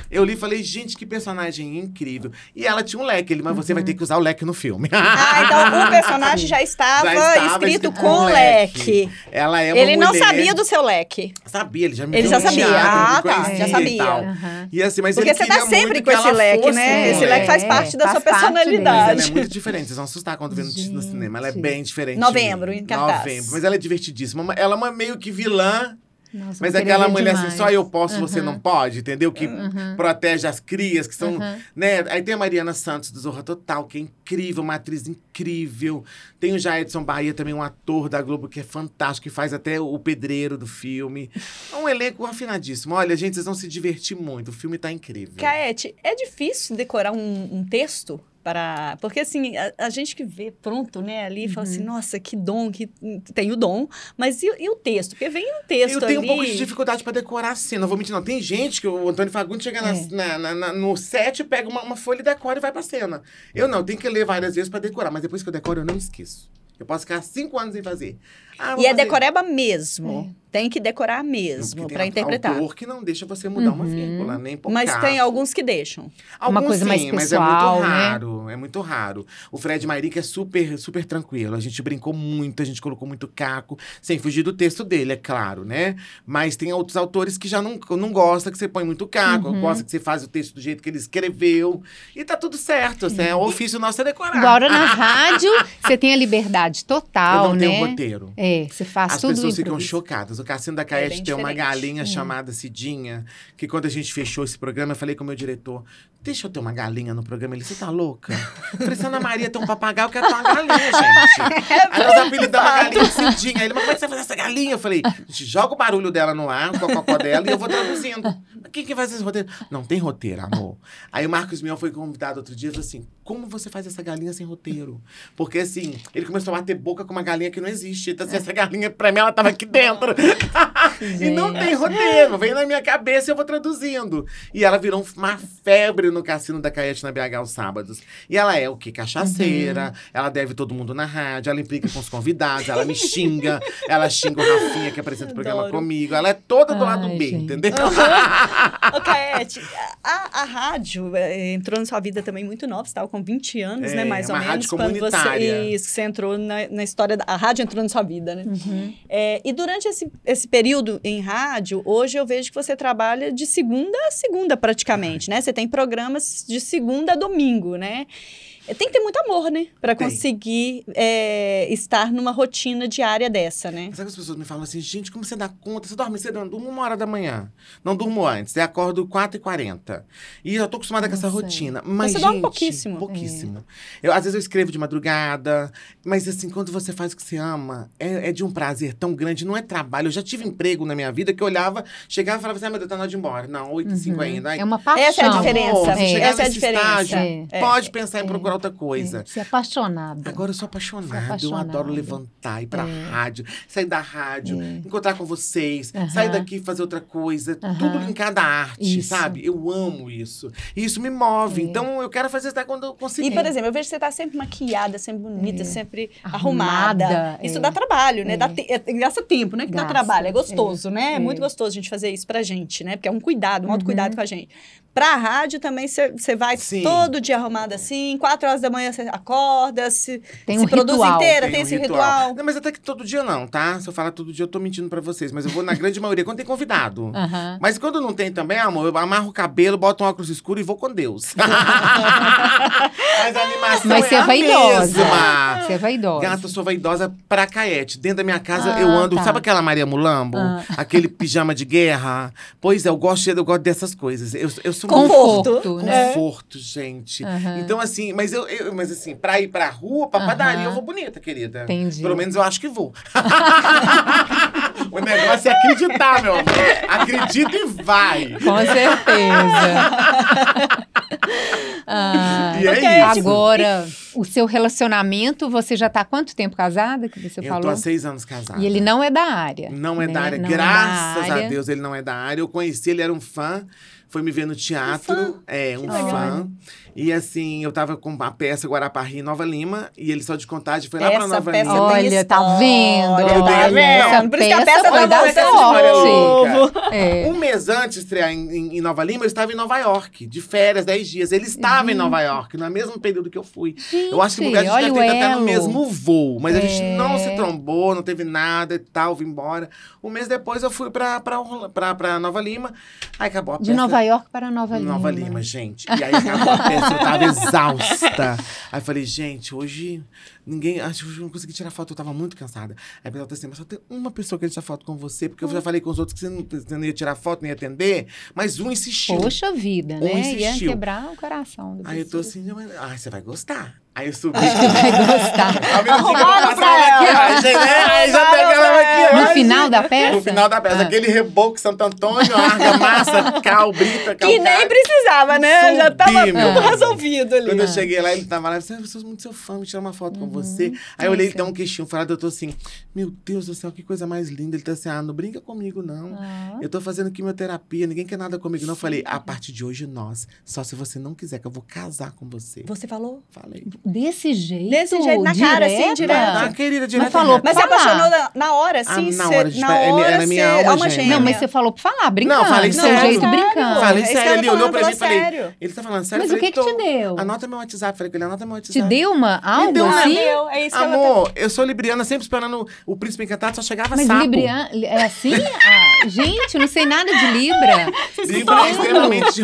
Eu li e falei, gente, que personagem incrível. E ela tinha um leque, ele, mas você vai ter que usar o leque no filme. Ah, então o personagem já estava, Já estava escrito escrito com com leque. leque. Ela é uma Ele não mulher- sabia do seu leque. Sabia, ele já me Ele viu já no sabia. teatro, Ah, me tá, conhecia já e sabia. tal. Aham. E assim, mas Porque ele você tá queria sempre muito com que esse ela leque, fosse né? um Esse leque faz É, parte da faz sua parte dele. Mas personalidade. ela é muito diferente, vocês vão assustar quando vê no, no cinema. Ela é Gente. bem diferente. Novembro, de mim. em cartaz. Novembro. Mas ela é divertidíssima. Ela é uma meio que vilã. Nossa, Mas vou é aquela querer ver mulher demais. assim, só eu posso, você Aham. não pode, entendeu? Que Aham. protege as crias, que são, Aham. né? Aí tem a Mariana Santos, do Zorra Total, que é incrível, uma atriz incrível. Tem o Jaedson Bahia, também um ator da Globo, que é fantástico, que faz até o pedreiro do filme. É um elenco afinadíssimo. Olha, gente, vocês vão se divertir muito, o filme tá incrível. Caete, é difícil decorar um, um texto? Para... Porque, assim, a, a gente que vê pronto, né, ali, fala assim, nossa, que dom, que tem o dom, mas e, e o texto? Porque vem um texto Eu tenho ali... um pouco de dificuldade pra decorar assim, não vou mentir, não. Tem gente que o Antônio Fagundes chega na- É. na- na- na- no set, pega uma, uma folha e decora e vai pra cena. Eu não, tenho que ler várias vezes pra decorar, mas depois que eu decoro, eu não esqueço. Eu posso ficar cinco anos sem fazer. Ah, vou E é fazer. decoreba mesmo. Tem que decorar mesmo, Porque para tem interpretar. autor que não deixa você mudar uma vírgula, nem por Mas caso. tem alguns que deixam. Alguns Uma coisa sim, mais mas é pessoal, muito né? raro, é muito raro. O Fred Mairica é super, super tranquilo. A gente brincou muito, a gente colocou muito caco, sem fugir do texto dele, é claro, né? Mas tem outros autores que já não, não gostam que você põe muito caco, Uhum. gosta que você faz o texto do jeito que ele escreveu. E tá tudo certo, assim, é, o ofício nosso é decorar. Agora na rádio, você tem a liberdade total, Eu não né? tenho roteiro. É, você faz As tudo pessoas ficam improviso. chocadas. O Cassino da É Caete bem tem uma diferente. galinha chamada Cidinha, que quando a gente fechou esse programa, eu falei com o meu diretor, deixa eu ter uma galinha no programa. Ele, você tá louca? Eu falei, se a Ana Maria tem um papagaio, eu quero ter uma galinha, gente. Aí nós apelidamos a galinha de Cidinha. Aí ele, mas como é que você vai fazer essa galinha? Eu falei, a gente joga o barulho dela no ar, o cococó dela, e eu vou traduzindo. Mas quem que faz esse roteiro? Não tem roteiro, amor. Aí o Marcos Mion foi convidado outro dia e falou assim, como você faz essa galinha sem roteiro? Porque assim, ele começou a bater boca com uma galinha que não existe. Então, assim, essa galinha, pra mim, ela tava aqui dentro. E não tem roteiro, vem na minha cabeça e eu vou traduzindo. E ela virou uma febre no Cassino da Caete na B H aos sábados. E ela é o quê? Cachaceira, Uhum. ela deve todo mundo na rádio, ela implica com os convidados, ela me xinga, ela xinga o Rafinha que apresenta o programa Adoro. comigo. Ela é toda do Ai, lado B, gente. entendeu? Ô, Caete, a, a rádio eh, entrou na sua vida também muito nova, você estava com vinte anos, É, né, mais ou uma menos. rádio quando comunitária. Você, isso, você entrou na, na história, da, a rádio entrou na sua vida, né? Uhum. É, e durante esse, esse período em rádio, hoje eu vejo que você trabalha de segunda a segunda praticamente, né? Você tem programas de segunda a domingo, né? Tem que ter muito amor, né? Pra Tem. conseguir é, estar numa rotina diária dessa, né? Sabe que as pessoas me falam assim, gente, como você dá conta? Você dorme cedo, eu não durmo uma hora da manhã. Não durmo antes, eu acordo quatro e quarenta. E eu tô acostumada com essa Nossa. rotina. Mas, Você gente, dorme pouquíssimo. Pouquíssimo. Eu, às vezes eu escrevo de madrugada, mas assim, quando você faz o que você ama, é, é de um prazer tão grande, não é trabalho. Eu já tive emprego na minha vida que eu olhava, chegava e falava assim, ah, meu Deus, tá na hora de ir embora. Não, oito e cinco ainda. Ai, É uma paixão. Essa é a diferença. amor, você É. chegar Essa é a nesse diferença. estágio, É. pode pensar em procurar outra coisa. É, ser apaixonada. Agora eu sou apaixonada, Sou apaixonada. eu adoro levantar, ir pra É. rádio, sair da rádio, É. encontrar com vocês, Aham. sair daqui e fazer outra coisa, Aham. tudo linkado à arte, Isso. sabe? Eu amo isso. E isso me move, É. então eu quero fazer isso até quando eu conseguir. E, por exemplo, eu vejo que você tá sempre maquiada, sempre bonita, É. sempre Arrumada, arrumada. Isso é. dá trabalho, né? É. Dá te- é, gasta tempo, né? Que dá Gasta, trabalho. É gostoso, né? É é. muito gostoso a gente fazer isso pra gente, né? Porque é um cuidado, um autocuidado Uhum. com a gente. Pra rádio também, você vai Sim. todo dia arrumada assim, quatro horas da manhã você acorda, se, Tem se um produz ritual. inteira, tem, um esse ritual. Não, mas até que todo dia não, tá? Se eu falar todo dia, eu tô mentindo pra vocês. Mas eu vou na grande maioria quando tem convidado. Aham. Mas quando não tem também, amor, eu amarro o cabelo, boto um óculos escuro e vou com Deus. Mas a animação Mas é você é a vaidosa. mesma. Você é vaidosa. Gata, eu sou vaidosa pra Caete. Dentro da minha casa, Ah, eu ando... tá. Sabe aquela Maria Mulambo? Ah. Aquele pijama de guerra? Pois é, eu gosto, eu gosto dessas coisas. Eu, eu sou Conforto. muito... Conforto, né? Conforto, gente. Aham. Então, assim... Mas, eu, eu- mas assim, pra ir pra rua, pra Aham. padaria, eu vou bonita, querida. Entendi. Pelo menos eu acho que vou. O negócio é acreditar, meu amor. Acredita e vai. Com certeza. Ah, E é Ok, isso. agora, o seu relacionamento, você já tá há quanto tempo casada, que você Eu falou? tô há seis anos casada. E ele não é da área. Não é né? da área. Não é da Graças a área. Deus ele não é da área. Eu conheci, ele era um fã. foi me ver no teatro. Um fã. É, um Que fã. legal. E assim, eu tava com a peça Guarapari em Nova Lima. E ele só de contagem foi lá pra Essa Nova peça Lima. tem Olha, tá história, vendo? Tá Olha, vendo? Por isso que a peça foi tá da voltando de sorte. novo. É. Um mês antes de estrear em, em- em Nova Lima, eu estava em Nova York, de férias, dez dias. Ele estava em Nova York, no mesmo período que eu fui. eu acho que o lugar a gente olha deve o ter ido até no elo. mesmo voo. Mas a gente É. não se trombou, não teve nada e tal, vim embora. Um mês depois eu fui pra, pra, Orla- pra, pra Nova Lima. Aí acabou a peça. De Nova York para Nova Lima. Nova Lima, gente. E aí acabou a peça, eu tava exausta. Aí eu falei, gente, hoje ninguém. Acho que eu não consegui tirar foto, eu tava muito cansada. Aí a pessoa assim, mas só tem uma pessoa que quer tirar foto com você, porque eu já falei com os outros que você não, você não ia tirar foto, nem ia atender, mas um insistiu. Poxa vida, Um né? Ia insistiu. quebrar o coração. da Aí eu tô pessoa. assim, mas, ai, você vai gostar. Aí eu subi. Vai gostar. A menina fica Arrumaram passando pra ela. maquiagem, né? Aí já Arrumaram tem aquela pra ela. maquiagem. No final da peça? No final da peça. Ah. Aquele reboco Santo Antônio, argamassa, cal, brita, cal. Que nem precisava, né? Já tava Subi, meu tudo amor. resolvido ali. Quando eu cheguei lá, ele tava lá, eu disse, eu sou muito seu fã, me tirar uma foto com você. Aí eu olhei, ele tem um queixinho falado, eu tô assim, meu Deus do céu, que coisa mais linda. Ele tá assim, ah, não brinca comigo, não. Ah. Eu tô fazendo quimioterapia, ninguém quer nada comigo. Não, eu falei, a partir de hoje, nós, só se você não quiser, que eu vou casar com você. Você falou? Falei. Desse jeito? Desse jeito, na cara, assim, direto. Ah, querida, direto. falou, Mas você Falar. apaixonou na, na hora, Ah, assim? na cê- hora de- na era- hora era minha cê- alma alma gêmea. gêmea. Não, mas você falou pra falar, brincando. Não, falei do sério. seu jeito Sério? brincando. Falei É isso que sério, ela ele tá olhou falando, pra mim e falou falei. sério. Ele tá falando sério? Mas eu o falei, que que te "Tô." deu? Anota meu WhatsApp. Falei com ele, anota meu WhatsApp. Te deu uma algo deu uma- assim? Deu, é isso que ela tá- Amor, eu sou libriana, sempre esperando o príncipe encantado, só chegava Mas sapo. Librian é assim? Ah, gente, eu não sei nada de Libra. Libra é extremamente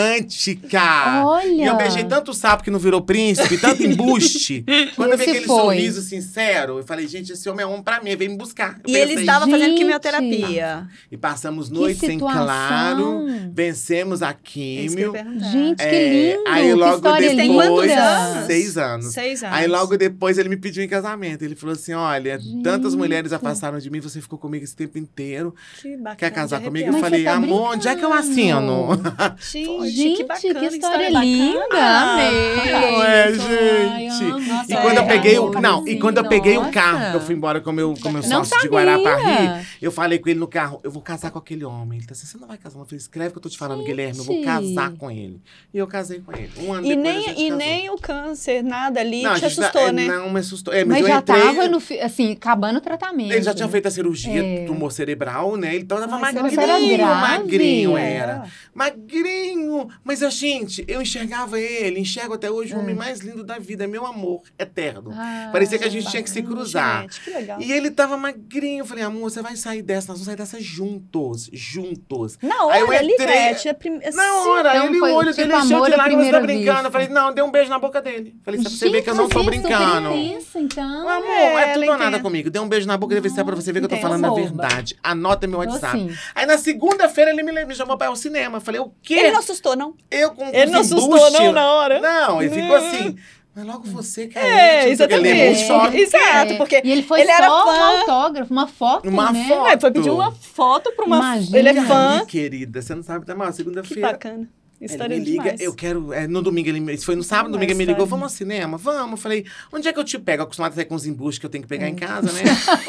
romântica. Olha. E eu beijei tanto sapo que não virou príncipe, tanto embuste. Quando eu vi Esse aquele foi. sorriso sincero, eu falei, gente, esse homem é homem pra mim, veio me buscar. Eu E ele pensei, estava fazendo gente. quimioterapia. E passamos noites em situação. claro, vencemos a É isso que eu ia químio. perguntar. Gente, que É, lindo. aí que logo história depois, Tem quantos linda. anos? seis anos. Seis anos. Aí logo depois ele me pediu em casamento. Ele falou assim: olha, tantas Gente. mulheres afastaram de mim, você ficou comigo esse tempo inteiro. Que bacana. Quer casar de comigo? arrepiar. Eu Mas falei, você tá amor, onde é que eu assino? Gente, Gente, que bacana. que história bacana. linda. Amei. Não é, Ai, gente? amo. Nossa, E quando eu é, peguei o. amor, Não, e quando eu Nossa. peguei o carro, que eu fui embora com o meu, com o meu Não sócio de sabia. Guarapari, eu falei com ele no carro: eu vou casar com aquele homem. Ele tá assim: você não vai casar? Eu falei: escreve que eu tô te falando, Guilherme, eu vou Gente. casar com ele. E eu casei com ele. Um ano E depois a nem, gente e casou. nem o câncer, nada ali Não, a te gente tá- assustou, é, né? Não me assustou. É, mas, Mas eu já entrei, tava, no, fi- assim, acabando o tratamento. Ele já tinha feito a cirurgia, É. tumor cerebral, né? Ele tava Ai, magrinho, você era grave? magrinho É. era. Magrinho. Mas, eu, gente, eu enxergava ele, enxergo até hoje o homem mais lindo da vida, meu amor eterno. Ah, Parecia que a gente tinha que se Bacana, cruzar. Gente, que legal. E ele tava magrinho. Eu falei, amor, você vai sair dessa, nós vamos sair dessa juntos, juntos. Na Aí eu hora, entrei- Livete, é prim... assim, Na hora, Então ele, foi o olho tipo dele encheu amor de à lágrimas, você tá primeira brincando. vista. Eu falei, não, dei um beijo na boca dele. Falei, só pra você ver que eu não tô Gente, você é super brincando. intensa, então. Amor, É, é tudo ela ou nada entende. comigo. Dê um beijo na boca dele pra você ver que eu tô Intensa. falando a Boba. verdade. Anota meu Eu, WhatsApp. assim, Aí na segunda-feira ele me, me chamou pra ir ao cinema. Eu falei, o quê? Ele não assustou, não? Eu com Ele não com assustou, embuste. não, na hora? Não, ele ficou assim. Mas logo você, cara. É, Ele levou um exatamente. choque. Exato, é. porque E ele foi ele só era um fã. autógrafo, uma foto, Uma né? foto. É, foi pedir uma foto pra uma... Imagina. Ele é fã. Ih, querida, você não sabe, tá mal? Que Segunda-feira. bacana. História Ele me liga, demais. eu quero. É, no domingo, ele me- foi no sábado, Uma domingo ele me ligou, história. vamos ao cinema? Vamos. Eu falei, onde é que eu te pego? Acostumado a sair com os embustes que eu tenho que pegar em casa, né?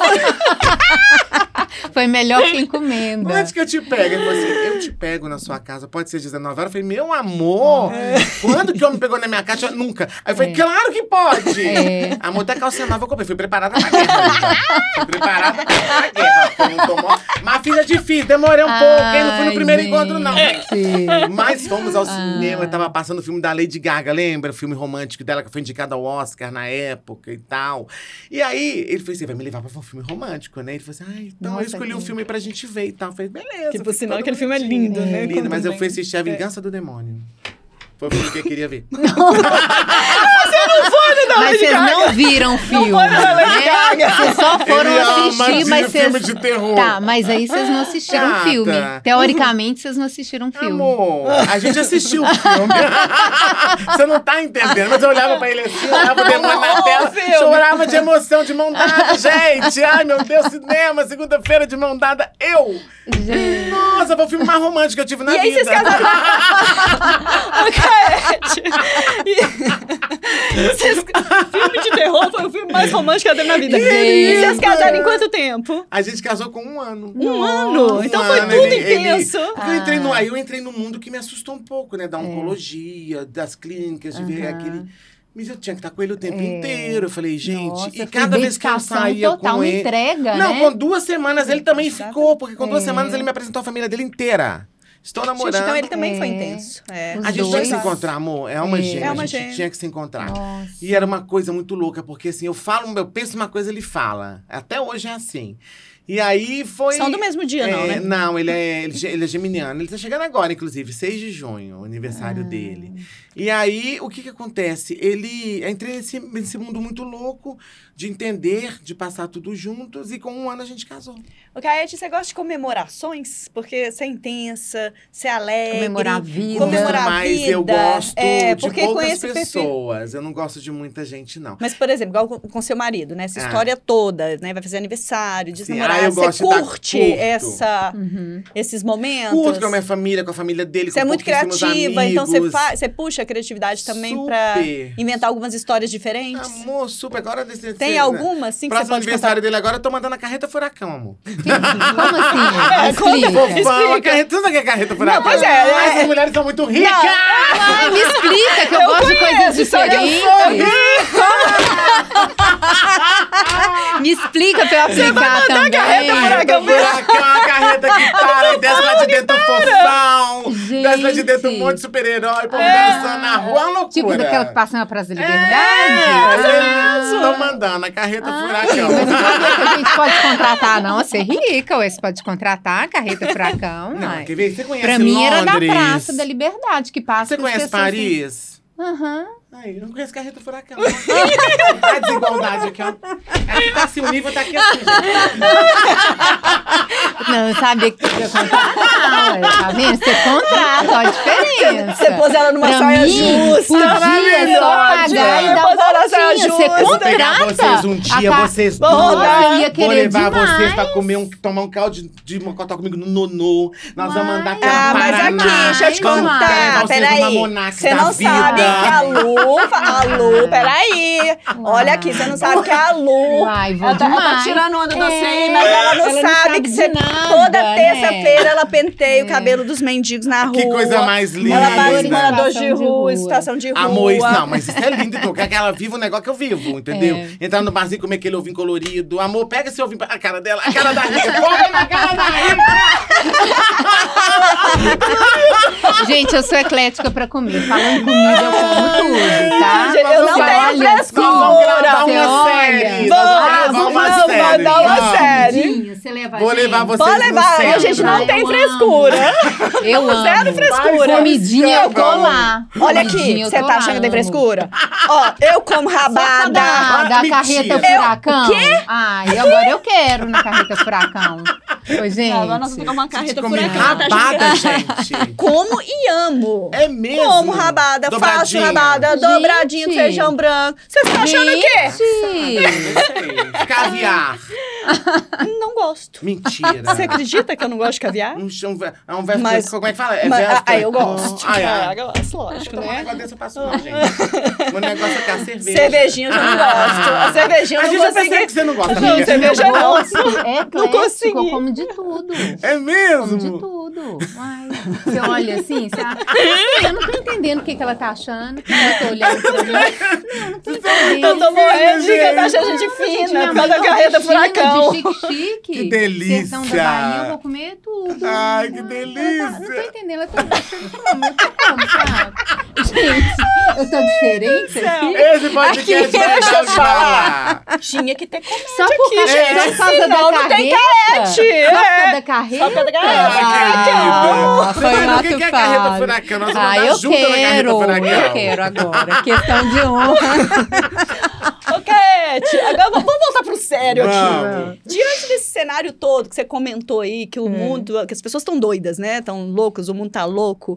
Foi melhor que encomenda. Onde que eu te pego? Ele falou assim, eu te pego na sua casa, pode ser dezenove horas. Eu falei, meu amor, quando que o homem pegou na minha casa? Eu, nunca. Aí eu falei, É. claro que pode. É. Amor, até calcinha nova eu comprei, fui preparada pra guerra. amiga. Fui preparada pra guerra. Foi um tomó- Mas fiz é difícil, demorei um pouco, hein? Não fui no Ai, primeiro gente. encontro, não. Sim. Mas fomos ao Ah. cinema, tava passando o filme da Lady Gaga, lembra? O filme romântico dela, que foi indicado ao Oscar na época e tal. E aí, ele falou assim, vai me levar pra ver um filme romântico, né? Ele falou assim, ai, então Nossa, eu escolhi um que- filme pra gente ver e tal. Eu falei, beleza. Que, por foi sinal, todo aquele filme é bonitinho. lindo, né? Lindo, Quando mas eu vem. fui assistir A Vingança do Demônio. Foi o filme que eu queria ver. Mas vocês não viram o filme. foi no da Lady né? Gaga. Vocês só foram Ele ama assistir, de mas vocês. filme de terror. Tá, mas aí vocês não assistiram o Gata. filme. Teoricamente, vocês não assistiram o filme. Amor, a gente assistiu o filme. Você não tá entendendo. Mas eu olhava pra ele assim, olhava o demônio na Ô, tela, filme. chorava de emoção, de mão dada, gente. Ai, meu Deus, cinema, segunda-feira de mão dada, eu. Gente. Nossa, foi o filme mais romântico que eu tive na E aí vida. vocês casaram... Ô, Caete. Vocês, filme de terror foi o filme mais romântico que eu dei na vida. Gente. E vocês casaram em quanto tempo? A gente casou com um ano. Um Nossa. ano? Então Um foi ano, tudo ele- ele- intenso. Eu entrei no, Ah. aí eu entrei no mundo que me assustou um pouco, né? Da oncologia, das clínicas, de ver Aham. aquele... Mas eu tinha que estar com ele o tempo É. inteiro. Eu falei, gente... Nossa, e foi cada vez que eu dedicação saía total, com uma ele... entrega, Não, né? com duas semanas ele também Exato. ficou. Porque com duas É. semanas ele me apresentou a família dele inteira. Estou namorando. Gente, então ele também É. foi intenso. É. Os A gente tinha que se dois. encontrar, amor. É uma É. gêmea. É uma a gente gêmea. tinha que se encontrar. Nossa. E era uma coisa muito louca, porque assim, eu falo, eu penso uma coisa, ele fala. Até hoje é assim. E aí foi... São do mesmo dia, não, É, né? Não, ele é, ele, ele é geminiano. Ele tá chegando agora, inclusive, seis de junho, o aniversário Ah. dele. E aí, o que que acontece? Ele... Eu entrei nesse, nesse mundo muito louco de entender, de passar tudo juntos. E com um ano a gente casou. O Caete, você gosta de comemorações? Porque você é intensa, você é alegre. Comemorar a vida. Comemorar a Mas vida. eu gosto é, de porque com poucas esse perfil- pessoas. Eu não gosto de muita gente, não. Mas, por exemplo, igual com, com seu marido, né? Essa Ah. história toda, né? Vai fazer aniversário, Sim, desnamorar. ah, eu você gosto de dar curte curto. essa, Uhum. esses momentos? Curto com a minha família, com a família dele, Você é com muito pouquíssimos criativa, então você, amigos. fa- você puxa a criatividade também pra Super. inventar algumas histórias diferentes? Amor, super. Agora desse, Tem desse- alguma, assim, que você Próximo pode aniversário contar? dele agora, eu tô mandando a carreta furacão, amor. Como assim? É, conta- Explica. Fofão, a Explica. carreta, tudo que é carreta furacão. Não, pois é, é. Ai, essas mulheres são muito ricas! Ai, me explica, que eu, Eu gosto de coisas conheço, só que eu diferentes. Me explica pra eu aplicar também. carreta Carreta furacão, a carreta que para, e desce lá de dentro fofão, desce lá de dentro um Gente. monte de super-herói, povo dançando na rua, é uma loucura. Tipo daquela que passa na Praça da É, Liberdade? tô mandando a carreta Ah, furacão. mas não sabia que a gente pode contratar, não. Você é rica, ué. Você pode contratar a carreta furacão, Não, uai. quer ver? Você conhece Pra mim era da Londres? Praça da Liberdade, que passa Você pras conhece pessoas assim. Paris? Aham. Ai, eu não conheço carreta furacão. A desigualdade aqui, ó. Aqui tá assim, o nível tá aqui assim, gente. Não, eu sabia que podia contratar, ué. Tá vendo? Você contrata, ó a diferença. Você pôs ela numa Pra saia mim, justa. podia só pagar e Você dar pôs ela na saia voltinha. Você justa. Eu vou pegar contrata. vocês um dia, A ca- vocês Vou duas. rodar. Nossa, eu ia Vou querer levar demais. vocês pra comer um, tomar um caldo de, de mocotó comigo no Nonô. Nós vamos andar aquela Ah, mas Paraná. aqui, deixa eu te Vamos contar. levar vocês numa Peraí. Monax Você da não vida. sabe que a Lu. A Lu, peraí. Olha aqui, você não sabe que a Lu. Vai, vou Ela tá, ela tá demais. tirando onda de É, você, mas ela não ela não sabe sabe que de você. nada, Toda né? terça-feira ela penteia o É. cabelo dos mendigos na rua. Que coisa mais linda. Ela faz Linda. morador de Situação de rua, rua. situação de rua. Amor, isso não, mas isso é lindo, então. Quer que ela viva o negócio que eu vivo, entendeu? É. Entrar no barzinho, comer aquele ovinho colorido. Amor, pega esse ovinho pra a cara dela, a cara da rica, foca na cara da rica. Gente, eu sou eclética pra comer. Falando comida, eu como tudo, tá? Gente, eu não Você tenho olha frescura. assim, Vamos gravar você uma olha. série. Vamos, Nós vamos gravar vamos, uma vamos série. mandar uma Vamos. série. Comidinha, Você leva a Vou gente? levar vocês Pode no levar, centro. a gente não Eu tem amo. frescura. Eu amo. Zero frescura. Comidinha, eu tô lá. Olha Comidinha, aqui, eu você tô tá lá, achando que tem amo. frescura? Ó, eu como rabada. Da, da Mentira. carreta Eu- furacão. Ai, agora eu quero na carreta furacão. Ô, gente. Agora nós vamos tomar uma carreta Comi furacão. tá rabada, achando gente. que- Como e amo. É mesmo? Como rabada, faço Dobradinha. rabada, Gente. dobradinho com feijão branco. Vocês estão achando o quê? Gente. Caviar. Não gosto. Mentira. Você acredita que eu não gosto de caviar? Um chão, ve- é um verso, Mas- como é que fala? É Mas, verso- ah, eu gosto. Ah, é. Ah, eu gosto, lógico, Tomar um né? negócio desse eu passo mal, gente. Meu negócio é que é a cerveja. Cervejinha eu já não gosto. A cervejinha eu A não gente já consegui. percebe que você não gosta, Não, amiga. cerveja não. É eclético, consegui. eu como de tudo. É Como de mesmo? tudo. Uai, você olha assim, você acha, eu não tô entendendo o que, que ela tá achando. Eu tô olhando pra mim. Não, não tô entendendo. Eu tô morrendo de que gente. eu tô achando gente Gente, fina minha por mãe causa da tá carreta vestida furacão. de chique-chique. Que delícia. Sertão da Bahia, eu vou comer tudo. Ai, que Ela delícia. tá- não tô entendendo, ela tá achando como, eu tô como, sabe? Gente, eu tô diferente aqui. Esse podcast Aqui, vai deixa deixar eu de falar. Tinha que ter comédia Só por aqui, causa, gente. só por causa da Senão não tem carreta? carrete. Só por É. causa da carreta? Só por causa da carreta. Ah, Ah, foi querida. lá O que que que é eu carreta falo. furacão? Nós vamos Ah, andar eu junto na carreta quero, furacão. eu quero agora. Questão de honra. Ô, Cat, agora vamos vamos voltar pro sério aqui. Vamos. Diante desse cenário todo que você comentou aí, que o mundo, que as pessoas estão doidas, né? Estão loucas, o mundo tá louco.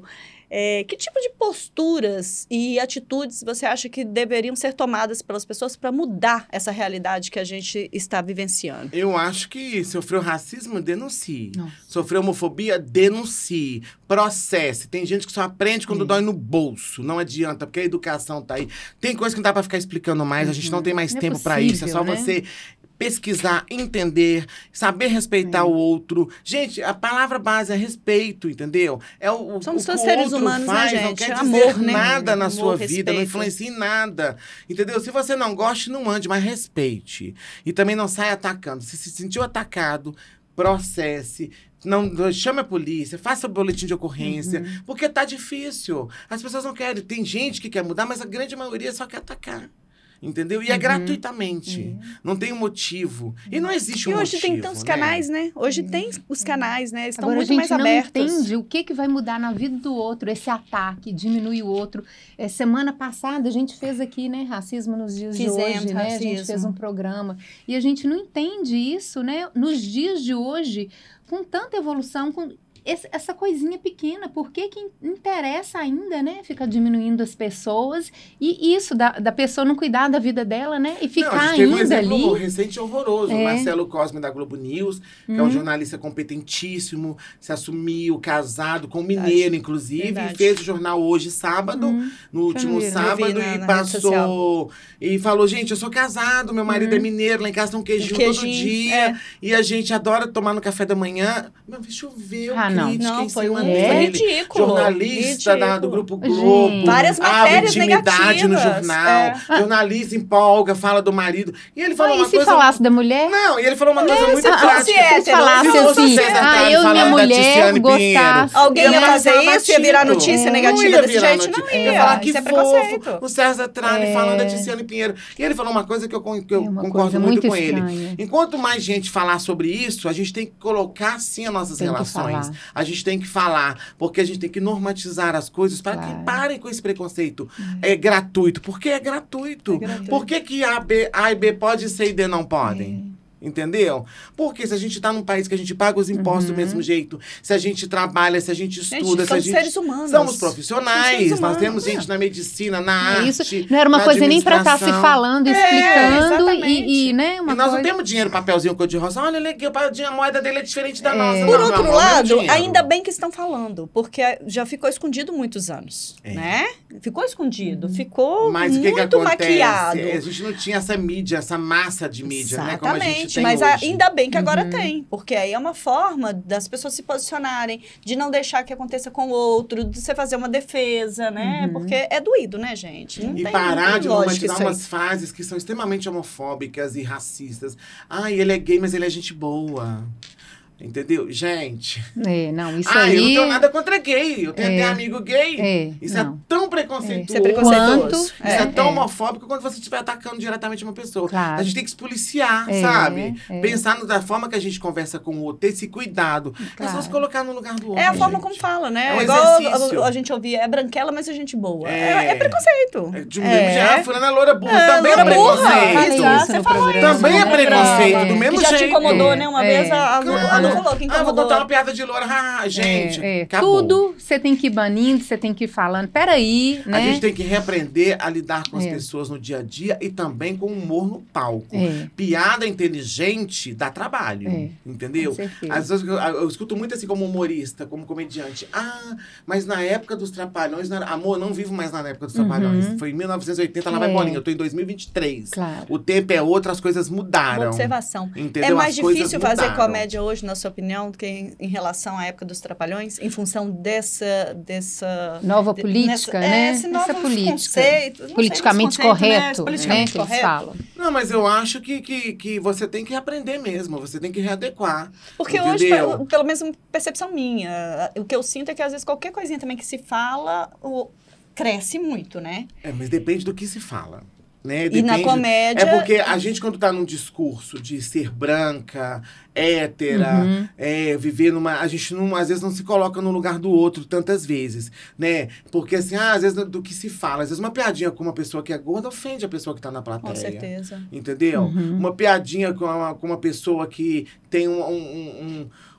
É, que tipo de posturas e atitudes você acha que deveriam ser tomadas pelas pessoas para mudar essa realidade que a gente está vivenciando? Eu acho que sofreu racismo, denuncie. Nossa. Sofreu homofobia, denuncie. Processe. Tem gente que só aprende quando Hum. dói no bolso. Não adianta, porque a educação tá aí. Tem coisa que não dá pra ficar explicando mais. A gente não tem mais Não é tempo pra isso. É só possível, né? você pesquisar, entender, saber respeitar É. o outro. Gente, a palavra base é respeito, entendeu? É o, o- Somos o todos que o seres outro humanos, né, faz, não gente? quer Amor, dizer né? nada na Amor, sua vida, não respeito. influencia em nada. Entendeu? Se você não gosta, não ande, mas respeite. E também não saia atacando. Se se sentiu atacado, processe. Não, chame a polícia, faça o boletim de ocorrência, Uhum. porque tá difícil. As pessoas não querem. Tem gente que quer mudar, mas a grande maioria só quer atacar. Entendeu? E é Uhum. gratuitamente. Não tem um motivo. E não existe um E hoje motivo. tem tantos né? canais, né? Hoje tem os canais, né? Eles estão Agora, muito a mais gente não abertos. entende o que, que vai mudar na vida do outro, esse ataque, diminui o outro. É, semana passada, a gente fez aqui, né, racismo nos dias Fizemos de hoje, né? A gente racismo. fez um programa. E a gente não entende isso, né? Nos dias de hoje, com tanta evolução, com esse- essa coisinha pequena, por que que in- interessa ainda, né? Ficar diminuindo as pessoas. E isso, da, da pessoa não cuidar da vida dela, né? E ficar não, a gente teve um ainda exemplo ali. recente e horroroso. É. O Marcelo Cosme, da Globo News, que é Hum. um jornalista competentíssimo, se assumiu, casado, com um mineiro, inclusive, Verdade. e fez o jornal hoje, sábado, Hum. no último vi, né? sábado, Eu vi na- e na rede social. passou. E falou: gente, eu sou casado, meu marido Hum. é mineiro, lá em casa tem um queijinho, Um todo queijinho, dia. é. E a gente adora tomar no café da manhã. Meu, choveu Ah, não. crítica Não, em foi cima um É? dele. ridículo. Jornalista da- do ridículo. Grupo Gente. Globo. Várias abre matérias intimidade no negativas, jornal. é. Jornalista empolga, fala do marido. E ele falou Ah, e uma se coisa. falasse da mulher? Não, e ele falou uma coisa muito se fosse prática. hétero, Se falasse se fosse assim, César ah, Tralli eu e minha falando da mulher Tiziane gostasse. Alguém Ia ia fazer passar isso? Ia virar batido. notícia É. negativa Não ia desse virar jeito? notícia. Não Ia ia. falar que Isso é fofo, preconceito. o César Tralli É. falando da Tiziane Pinheiro. E ele falou uma coisa que eu, con- que eu É uma concordo coisa muito, muito com ele. estranha. Enquanto mais gente falar sobre isso, a gente tem que colocar sim as nossas Tem que relações. falar. A gente tem que falar, porque a gente tem que normatizar as coisas para Claro. que parem com esse preconceito. É gratuito. Por que é gratuito? É gratuito. Por que, que A, B, A e B pode ser e D não podem? Entendeu? Porque se a gente está num país que a gente paga os impostos do Uhum. mesmo jeito, se a gente trabalha, se a gente Gente, estuda, se a somos gente. seres humanos. Somos profissionais, Somos seres nós humanos, temos é. gente na medicina, na É arte. isso, não era uma na coisa nem para estar se administração. falando, É, explicando exatamente. e, e, né, uma E nós coisa... não temos dinheiro, papelzinho cor de rosa. Olha, legal, a moeda dele é diferente da É. nossa. Por Não, outro meu amor, lado, meu dinheiro. ainda bem que estão falando, porque já ficou escondido muitos anos, É. né? Ficou escondido, Uhum. ficou Mas o muito que que acontece? maquiado. A gente não tinha essa mídia, essa massa de mídia, né? Como a gente Exatamente, tem mas hoje. ainda bem que agora Uhum. tem, porque aí é uma forma das pessoas se posicionarem, de não deixar que aconteça com o outro, de você fazer uma defesa, né? Uhum. Porque é doído, né, gente? Não E tem, parar não tem de lógica romantizar isso aí. umas frases que são extremamente homofóbicas e racistas. Ai, ele é gay, mas ele é gente boa. Entendeu? Gente. É, não, isso ah, aí... eu não tenho nada contra gay. Eu tenho É. até amigo gay. É, Isso não. é tão preconceituoso. Isso é preconceituoso. Quanto- Isso é, É, tão é. homofóbico quando você estiver atacando diretamente uma pessoa. Claro. A gente tem que se policiar, É, sabe? é. Pensar no- da forma que a gente conversa com o outro, ter esse cuidado. É só Claro. se colocar no lugar do outro. É a forma gente. como fala, né? É um Igual exercício. a, a gente ouvia, é branquela, mas é gente boa. É. É, é preconceito. É, de um mesmo jeito, ah, fulana é loura burra. É, Também é loura burra. preconceito. Falei Já, isso você no falou programa. Também é no preconceito, programa. do mesmo que já te jeito. incomodou, É, né? Uma é. vez a, a, Lu, a Lu falou que Ah, vou incomodou. botar uma piada de loura. Ah, gente, É, é. acabou. Tudo você tem que ir banindo, você tem que ir falando. Peraí, né? A gente tem que reaprender a lidar com as É. pessoas no dia a dia e também com o humor no palco. É. Piada inteligente dá trabalho, É, entendeu? com certeza. Às vezes eu, eu escuto muito assim como humorista, como comediante. Ah, mas na época dos Trapalhões... Não era... Amor, não vivo mais na época dos Trapalhões. Uhum. Foi em mil novecentos e oitenta, lá vai É. bolinha. Eu tô em dois mil e vinte e três. Claro. O tempo é outro, as coisas Uma mudaram. observação. Entendeu? É mais As coisas difícil fazer mudaram. comédia hoje, na sua opinião, do que em, em relação à época dos Trapalhões, em função dessa... dessa Nova de- política, nessa- né? é, esse Essa novo política. conceito, não sei, Politicamente esse conceito, né? correto, Esse né? politicamente Que eles correto. falam. Não, mas eu acho que, que, que você tem que aprender mesmo. Você tem que readequar. Porque entendeu? hoje, pelo, pelo menos uma percepção minha, o que eu sinto é que às vezes qualquer coisinha também que se fala, o- cresce muito, né? É, mas depende do que se fala. Né? E na Depende- comédia... É porque a gente, quando tá num discurso de ser branca, hétera, Uhum. é, viver numa... A gente, não, às vezes, não se coloca no lugar do outro tantas vezes, né? Porque, assim, ah, às vezes, do, do que se fala. Às vezes, uma piadinha com uma pessoa que é gorda ofende a pessoa que tá na plateia. Com certeza. Entendeu? Uhum. Uma piadinha com uma, com uma pessoa que tem um... um, um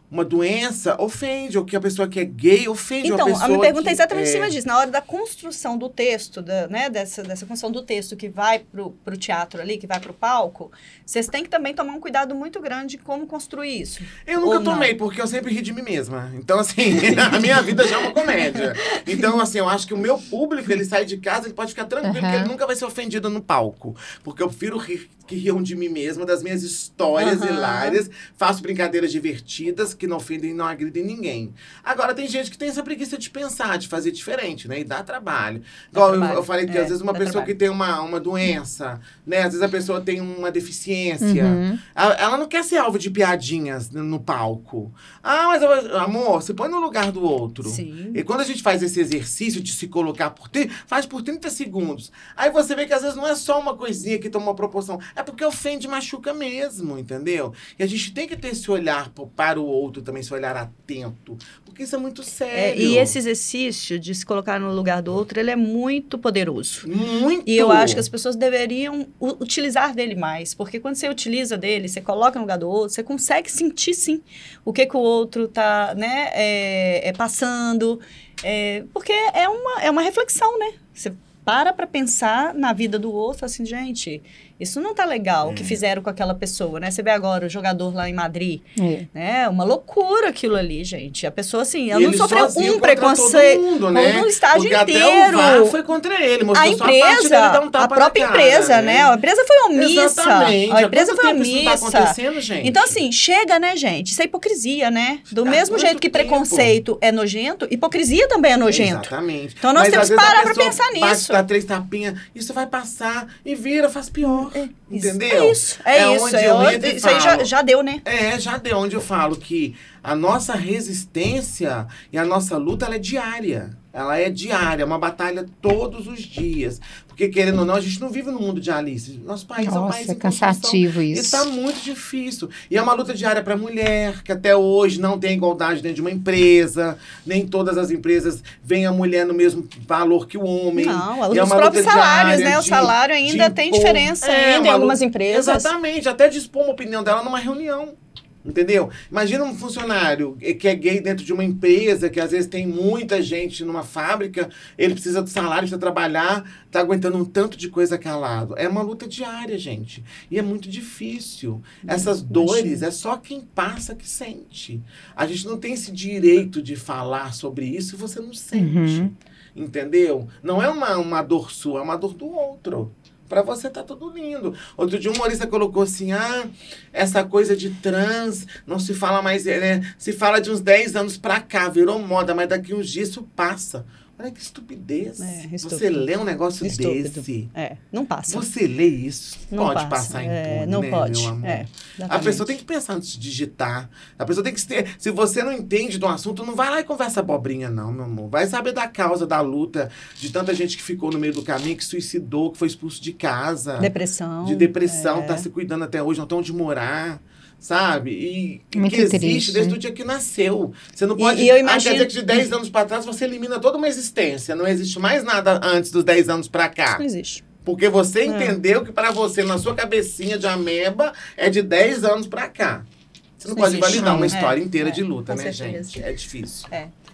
uma doença, ofende. Ou que a pessoa que é gay ofende então, uma pessoa a minha pergunta é exatamente é... em cima disso. Na hora da construção do texto, da, né, dessa, dessa construção do texto que vai pro, pro teatro ali, que vai pro palco, vocês têm que também tomar um cuidado muito grande em como construir isso. Eu nunca Ou não? tomei, porque eu sempre ri de mim mesma. Então, assim, a minha vida já é uma comédia. Então, assim, eu acho que o meu público, ele sai de casa, ele pode ficar tranquilo, Uhum. que ele nunca vai ser ofendido no palco. Porque eu prefiro rir, que riam de mim mesma, das minhas histórias Uhum. hilárias, faço brincadeiras divertidas, que não ofendem e não agridem ninguém. Agora, tem gente que tem essa preguiça de pensar, de fazer diferente, né? E dá trabalho. Igual eu, trabalho. eu falei que, É, às vezes, uma dá pessoa trabalho. que tem uma, uma doença, né? Às vezes a pessoa tem uma deficiência. Uhum. Ela, ela não quer ser alvo de piadinhas no, no palco. Ah, mas, eu- amor, você põe no lugar do outro. Sim. E quando a gente faz esse exercício de se colocar por... tri- faz por trinta segundos. Aí você vê que às vezes não é só uma coisinha que toma uma proporção. É porque ofende e machuca mesmo, entendeu? E a gente tem que ter esse olhar po- para o outro também, esse olhar atento. Porque isso é muito É, sério. e esse exercício de se colocar no lugar do outro, ele é muito poderoso. Muito. E eu acho que as pessoas deveriam u- utilizar dele mais, porque quando você utiliza dele, você coloca no lugar do outro, você consegue sentir, sim, o que, que o outro está, né, é, é passando, é, porque é uma, é uma reflexão, né? Você para para pensar na vida do outro, assim, gente, isso não tá legal, o que É. fizeram com aquela pessoa, né? Você vê agora o jogador lá em Madrid, É. né? Uma loucura aquilo ali, gente. A pessoa, assim, E ela não ele sofreu sozinho um contra preconceito, todo mundo, né? todo um estágio Porque até inteiro. o V A R foi contra ele. Mostrou A só a parte empresa, dele dar um tapa a na própria cara, empresa, né? A empresa foi omissa. Exatamente. A empresa Há foi quanto tempo isso não tá omissa. acontecendo, gente? Então, assim, chega, né, gente? Isso é hipocrisia, né? Do Há mesmo muito jeito que tempo. preconceito é nojento, hipocrisia também é nojento. Exatamente. Então, nós Mas, temos às que vezes, a parar pra pessoa pensar bate, nisso. dá três tapinhas, isso vai passar e vira, faz pior. Entendeu? É isso, é, É isso. onde É eu onde- entro e isso aí já, falo. já deu, né? É, já deu onde eu falo que a nossa resistência e a nossa luta, ela é diária. Ela é diária, é uma batalha todos os dias. Porque, querendo ou não, a gente não vive no mundo de Alice. Nosso país é um Nossa, país é em construção. cansativo E isso. tá muito difícil. E é uma luta diária para a mulher, que até hoje não tem igualdade dentro de uma empresa. Nem todas as empresas veem a mulher no mesmo valor que o homem. Não, E é os uma próprios luta salários, diária né? O de- salário ainda de tem impor- diferença É, ainda em uma algumas luta- empresas. Exatamente, até de expor uma opinião dela numa reunião. Entendeu? Imagina um funcionário que é gay dentro de uma empresa, que às vezes tem muita gente numa fábrica, ele precisa do salário para trabalhar, tá aguentando um tanto de coisa calado. É uma luta diária, gente. E é muito difícil. Essas dores, é só quem passa que sente. A gente não tem esse direito de falar sobre isso e você não sente. Uhum. Entendeu? Não é uma, uma dor sua, é uma dor do outro. Pra você tá tudo lindo. Outro dia um humorista colocou assim, ah, essa coisa de trans não se fala mais, né? Se fala de uns dez anos pra cá, virou moda, mas daqui uns dias isso passa. Olha que estupidez. É, Você estúpido. lê um negócio Estúpido. desse. É, não passa. Você lê isso, Não pode passa. passar impune, É, não né, pode. meu amor? É, A exatamente. pessoa tem que pensar antes de digitar. A pessoa tem que ter. Se você não entende do assunto, não vai lá e conversa abobrinha, não, meu amor. Vai saber da causa da luta de tanta gente que ficou no meio do caminho, que suicidou, que foi expulso de casa. Depressão. De depressão, é. tá se cuidando até hoje, não tem onde morar. Sabe? E e Muito que existe triste. desde o dia que nasceu. Você não E- pode. e eu Ah, imagino- quer dizer que de dez anos pra trás você elimina toda uma existência. Não existe mais nada antes dos dez anos pra cá. Isso não existe. Porque você É. entendeu que pra você, na sua cabecinha de ameba, é de dez anos pra cá. Você não Isso pode existe. validar uma É, história inteira é, de luta, com né, certeza. gente? É difícil.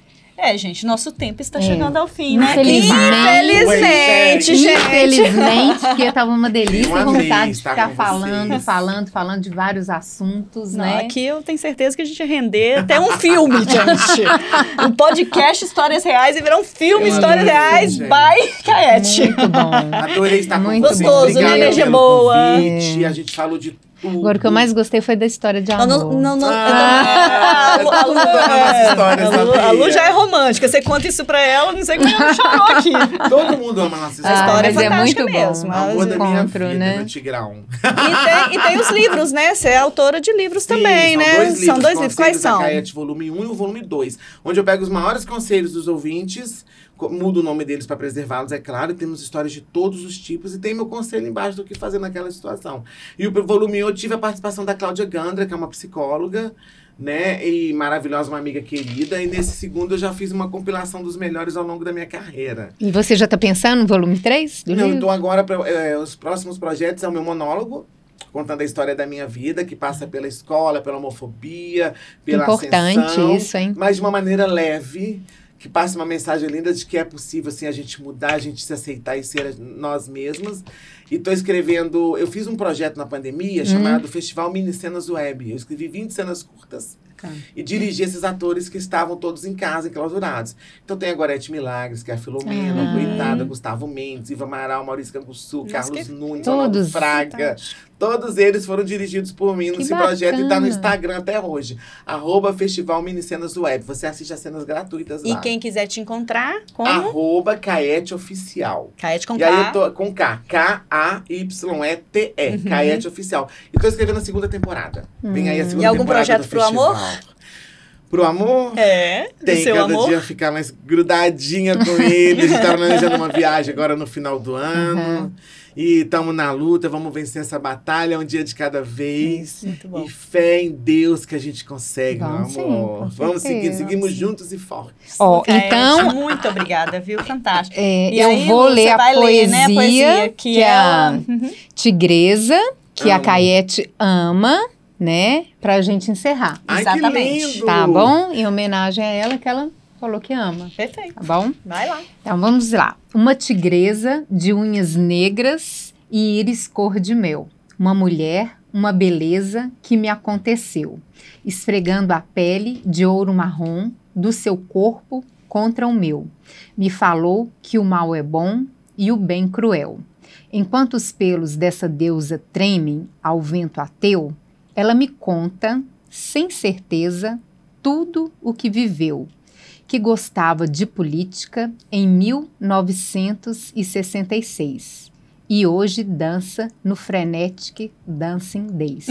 É, gente, nosso tempo está É. chegando ao fim, né? Infelizmente. Infelizmente, gente. Infelizmente, porque tava uma delícia, Eu amei vontade de estar ficar com falando, vocês. falando, falando de vários assuntos, Não, né? aqui eu tenho certeza que a gente ia render até um filme, gente. Um podcast Histórias Reais e virar um filme Eu Histórias adorei, Reais gente. by Caete. Muito bom. Adorei estar com Muito vocês. gostoso, Obrigada né? Energia pelo boa. convite. A gente falou de tudo. Agora, o que eu mais gostei foi da história de Eu amor. não, não, não, Ah, eu tô- a Lu- todo mundo ama é, essa história, a Lu- sabia? a Lu já é romântica. Você conta isso pra ela, não sei como ela chorou aqui. Todo mundo ama a nossa Ah, história. história é mas é muito fantástica mesmo. bom. O amor da minha encontro, vida, né? meu tigrão. E tem, e tem os livros, né? Você é autora de livros também, Sim, né? São dois livros, São dois livros. Quais Conselhos da são? Caete, volume um e o volume dois, onde eu pego os maiores conselhos dos ouvintes, co- mudo o nome deles para preservá-los, é claro, e temos histórias de todos os tipos, e tem meu conselho embaixo do que fazer naquela situação. E o volume um eu tive a participação da Cláudia Gandra, que é uma psicóloga, né, e maravilhosa, uma amiga querida, e nesse segundo eu já fiz uma compilação dos melhores ao longo da minha carreira. E você já tá pensando no volume três do Não, livro? então agora, pra- é, os próximos projetos é o meu monólogo, contando a história da minha vida, que passa pela escola, pela homofobia, pela Importante ascensão, isso, hein? mas de uma maneira leve, que passa uma mensagem linda de que é possível, assim, a gente mudar, a gente se aceitar e ser nós mesmas. E tô escrevendo... Eu fiz um projeto na pandemia Hum. chamado Festival Mini Cenas Web. Eu escrevi vinte cenas curtas. E dirigi esses atores que estavam todos em casa, enclausurados. Então tem a Gorete Milagres, que é a Filomena, Ah. Coitada, Gustavo Mendes, Iva Amaral, Maurício Canguçu, Nossa, Carlos que- Nunes, Todos. Ronaldo Fraga. Todos eles foram dirigidos por mim Que nesse projeto e tá no bacana. Instagram até hoje. Arroba Festival Mini Cenas Web. Você assiste as cenas gratuitas lá. E quem quiser te encontrar, como? Arroba Caete Oficial. Caete com E aí eu K. tô com K. K A Y E T E. Uhum. Caete Oficial. E tô escrevendo a segunda temporada. Vem aí a segunda E algum temporada projeto do pro festival. amor? Pro amor? É, do Tem, seu cada amor. dia ficar mais grudadinha com ele. A gente tá planejando uma viagem agora no final do ano. Uhum. E estamos na luta, vamos vencer essa batalha um dia de cada vez. Isso, muito bom. E fé em Deus que a gente consegue, Vamos meu sim, amor. com Vamos seguir, certeza. seguimos juntos e fortes. Ó, Caete, então, muito obrigada, viu? Fantástico. é, E eu aí, vou Lu, ler você a vai poesia, ler, né, a poesia que que é a ela- Uhum. Tigresa, que a Amo. Caete ama, né? Pra gente encerrar. Ai, Exatamente. que lindo! Tá bom? Em homenagem a ela, que ela falou que ama. Perfeito. Tá bom? Vai lá. Então vamos lá. Uma tigresa de unhas negras e íris cor de mel. Uma mulher, uma beleza que me aconteceu, esfregando a pele de ouro marrom do seu corpo contra o meu. Me falou que o mal é bom e o bem cruel. Enquanto os pelos dessa deusa tremem ao vento ateu, ela me conta, sem certeza, tudo o que viveu. Que gostava de política em mil novecentos e sessenta e seis e hoje dança no Frenetic Dancing Days.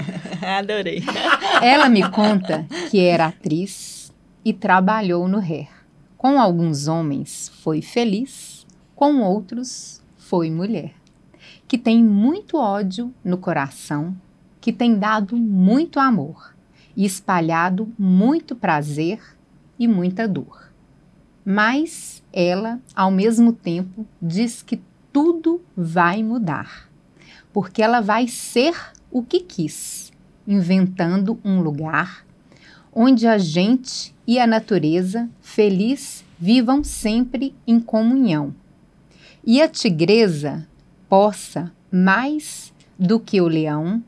Adorei. Ela me conta que era atriz e trabalhou no Hair. Com alguns homens foi feliz, com outros foi mulher. Que tem muito ódio no coração, que tem dado muito amor e espalhado muito prazer e muita dor. Mas ela, ao mesmo tempo, diz que tudo vai mudar, porque ela vai ser o que quis, inventando um lugar onde a gente e a natureza feliz vivam sempre em comunhão. E a tigresa possa, mais do que o leão,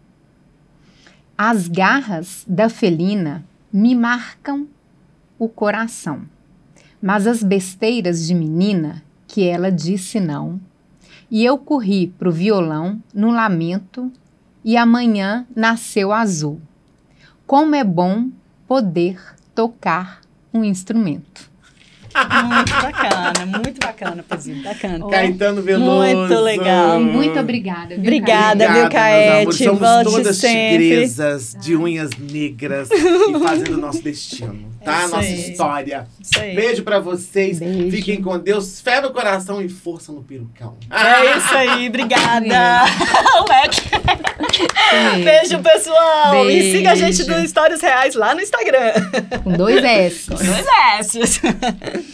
as garras da felina me marcam o coração, mas as besteiras de menina que ela disse não, e eu corri pro violão no lamento e amanhã nasceu azul. Como é bom poder tocar um instrumento. Muito bacana, muito bacana, Pezinho. Bacana. Caetano Veloso. Muito legal. Muito obrigada. viu, Obrigada, Caetano? viu, meus Caete? amores. Somos Volte todas sempre. tigresas de unhas negras e fazendo o nosso destino, tá? Isso Nossa aí. história. Isso aí. Beijo pra vocês. Beijo. Fiquem com Deus. Fé no coração e força no perucão. É isso aí, obrigada. O Mac. Beijo. Beijo, pessoal. E siga a gente Beijo. no Histórias Reais lá no Instagram. Com dois S. Com dois S.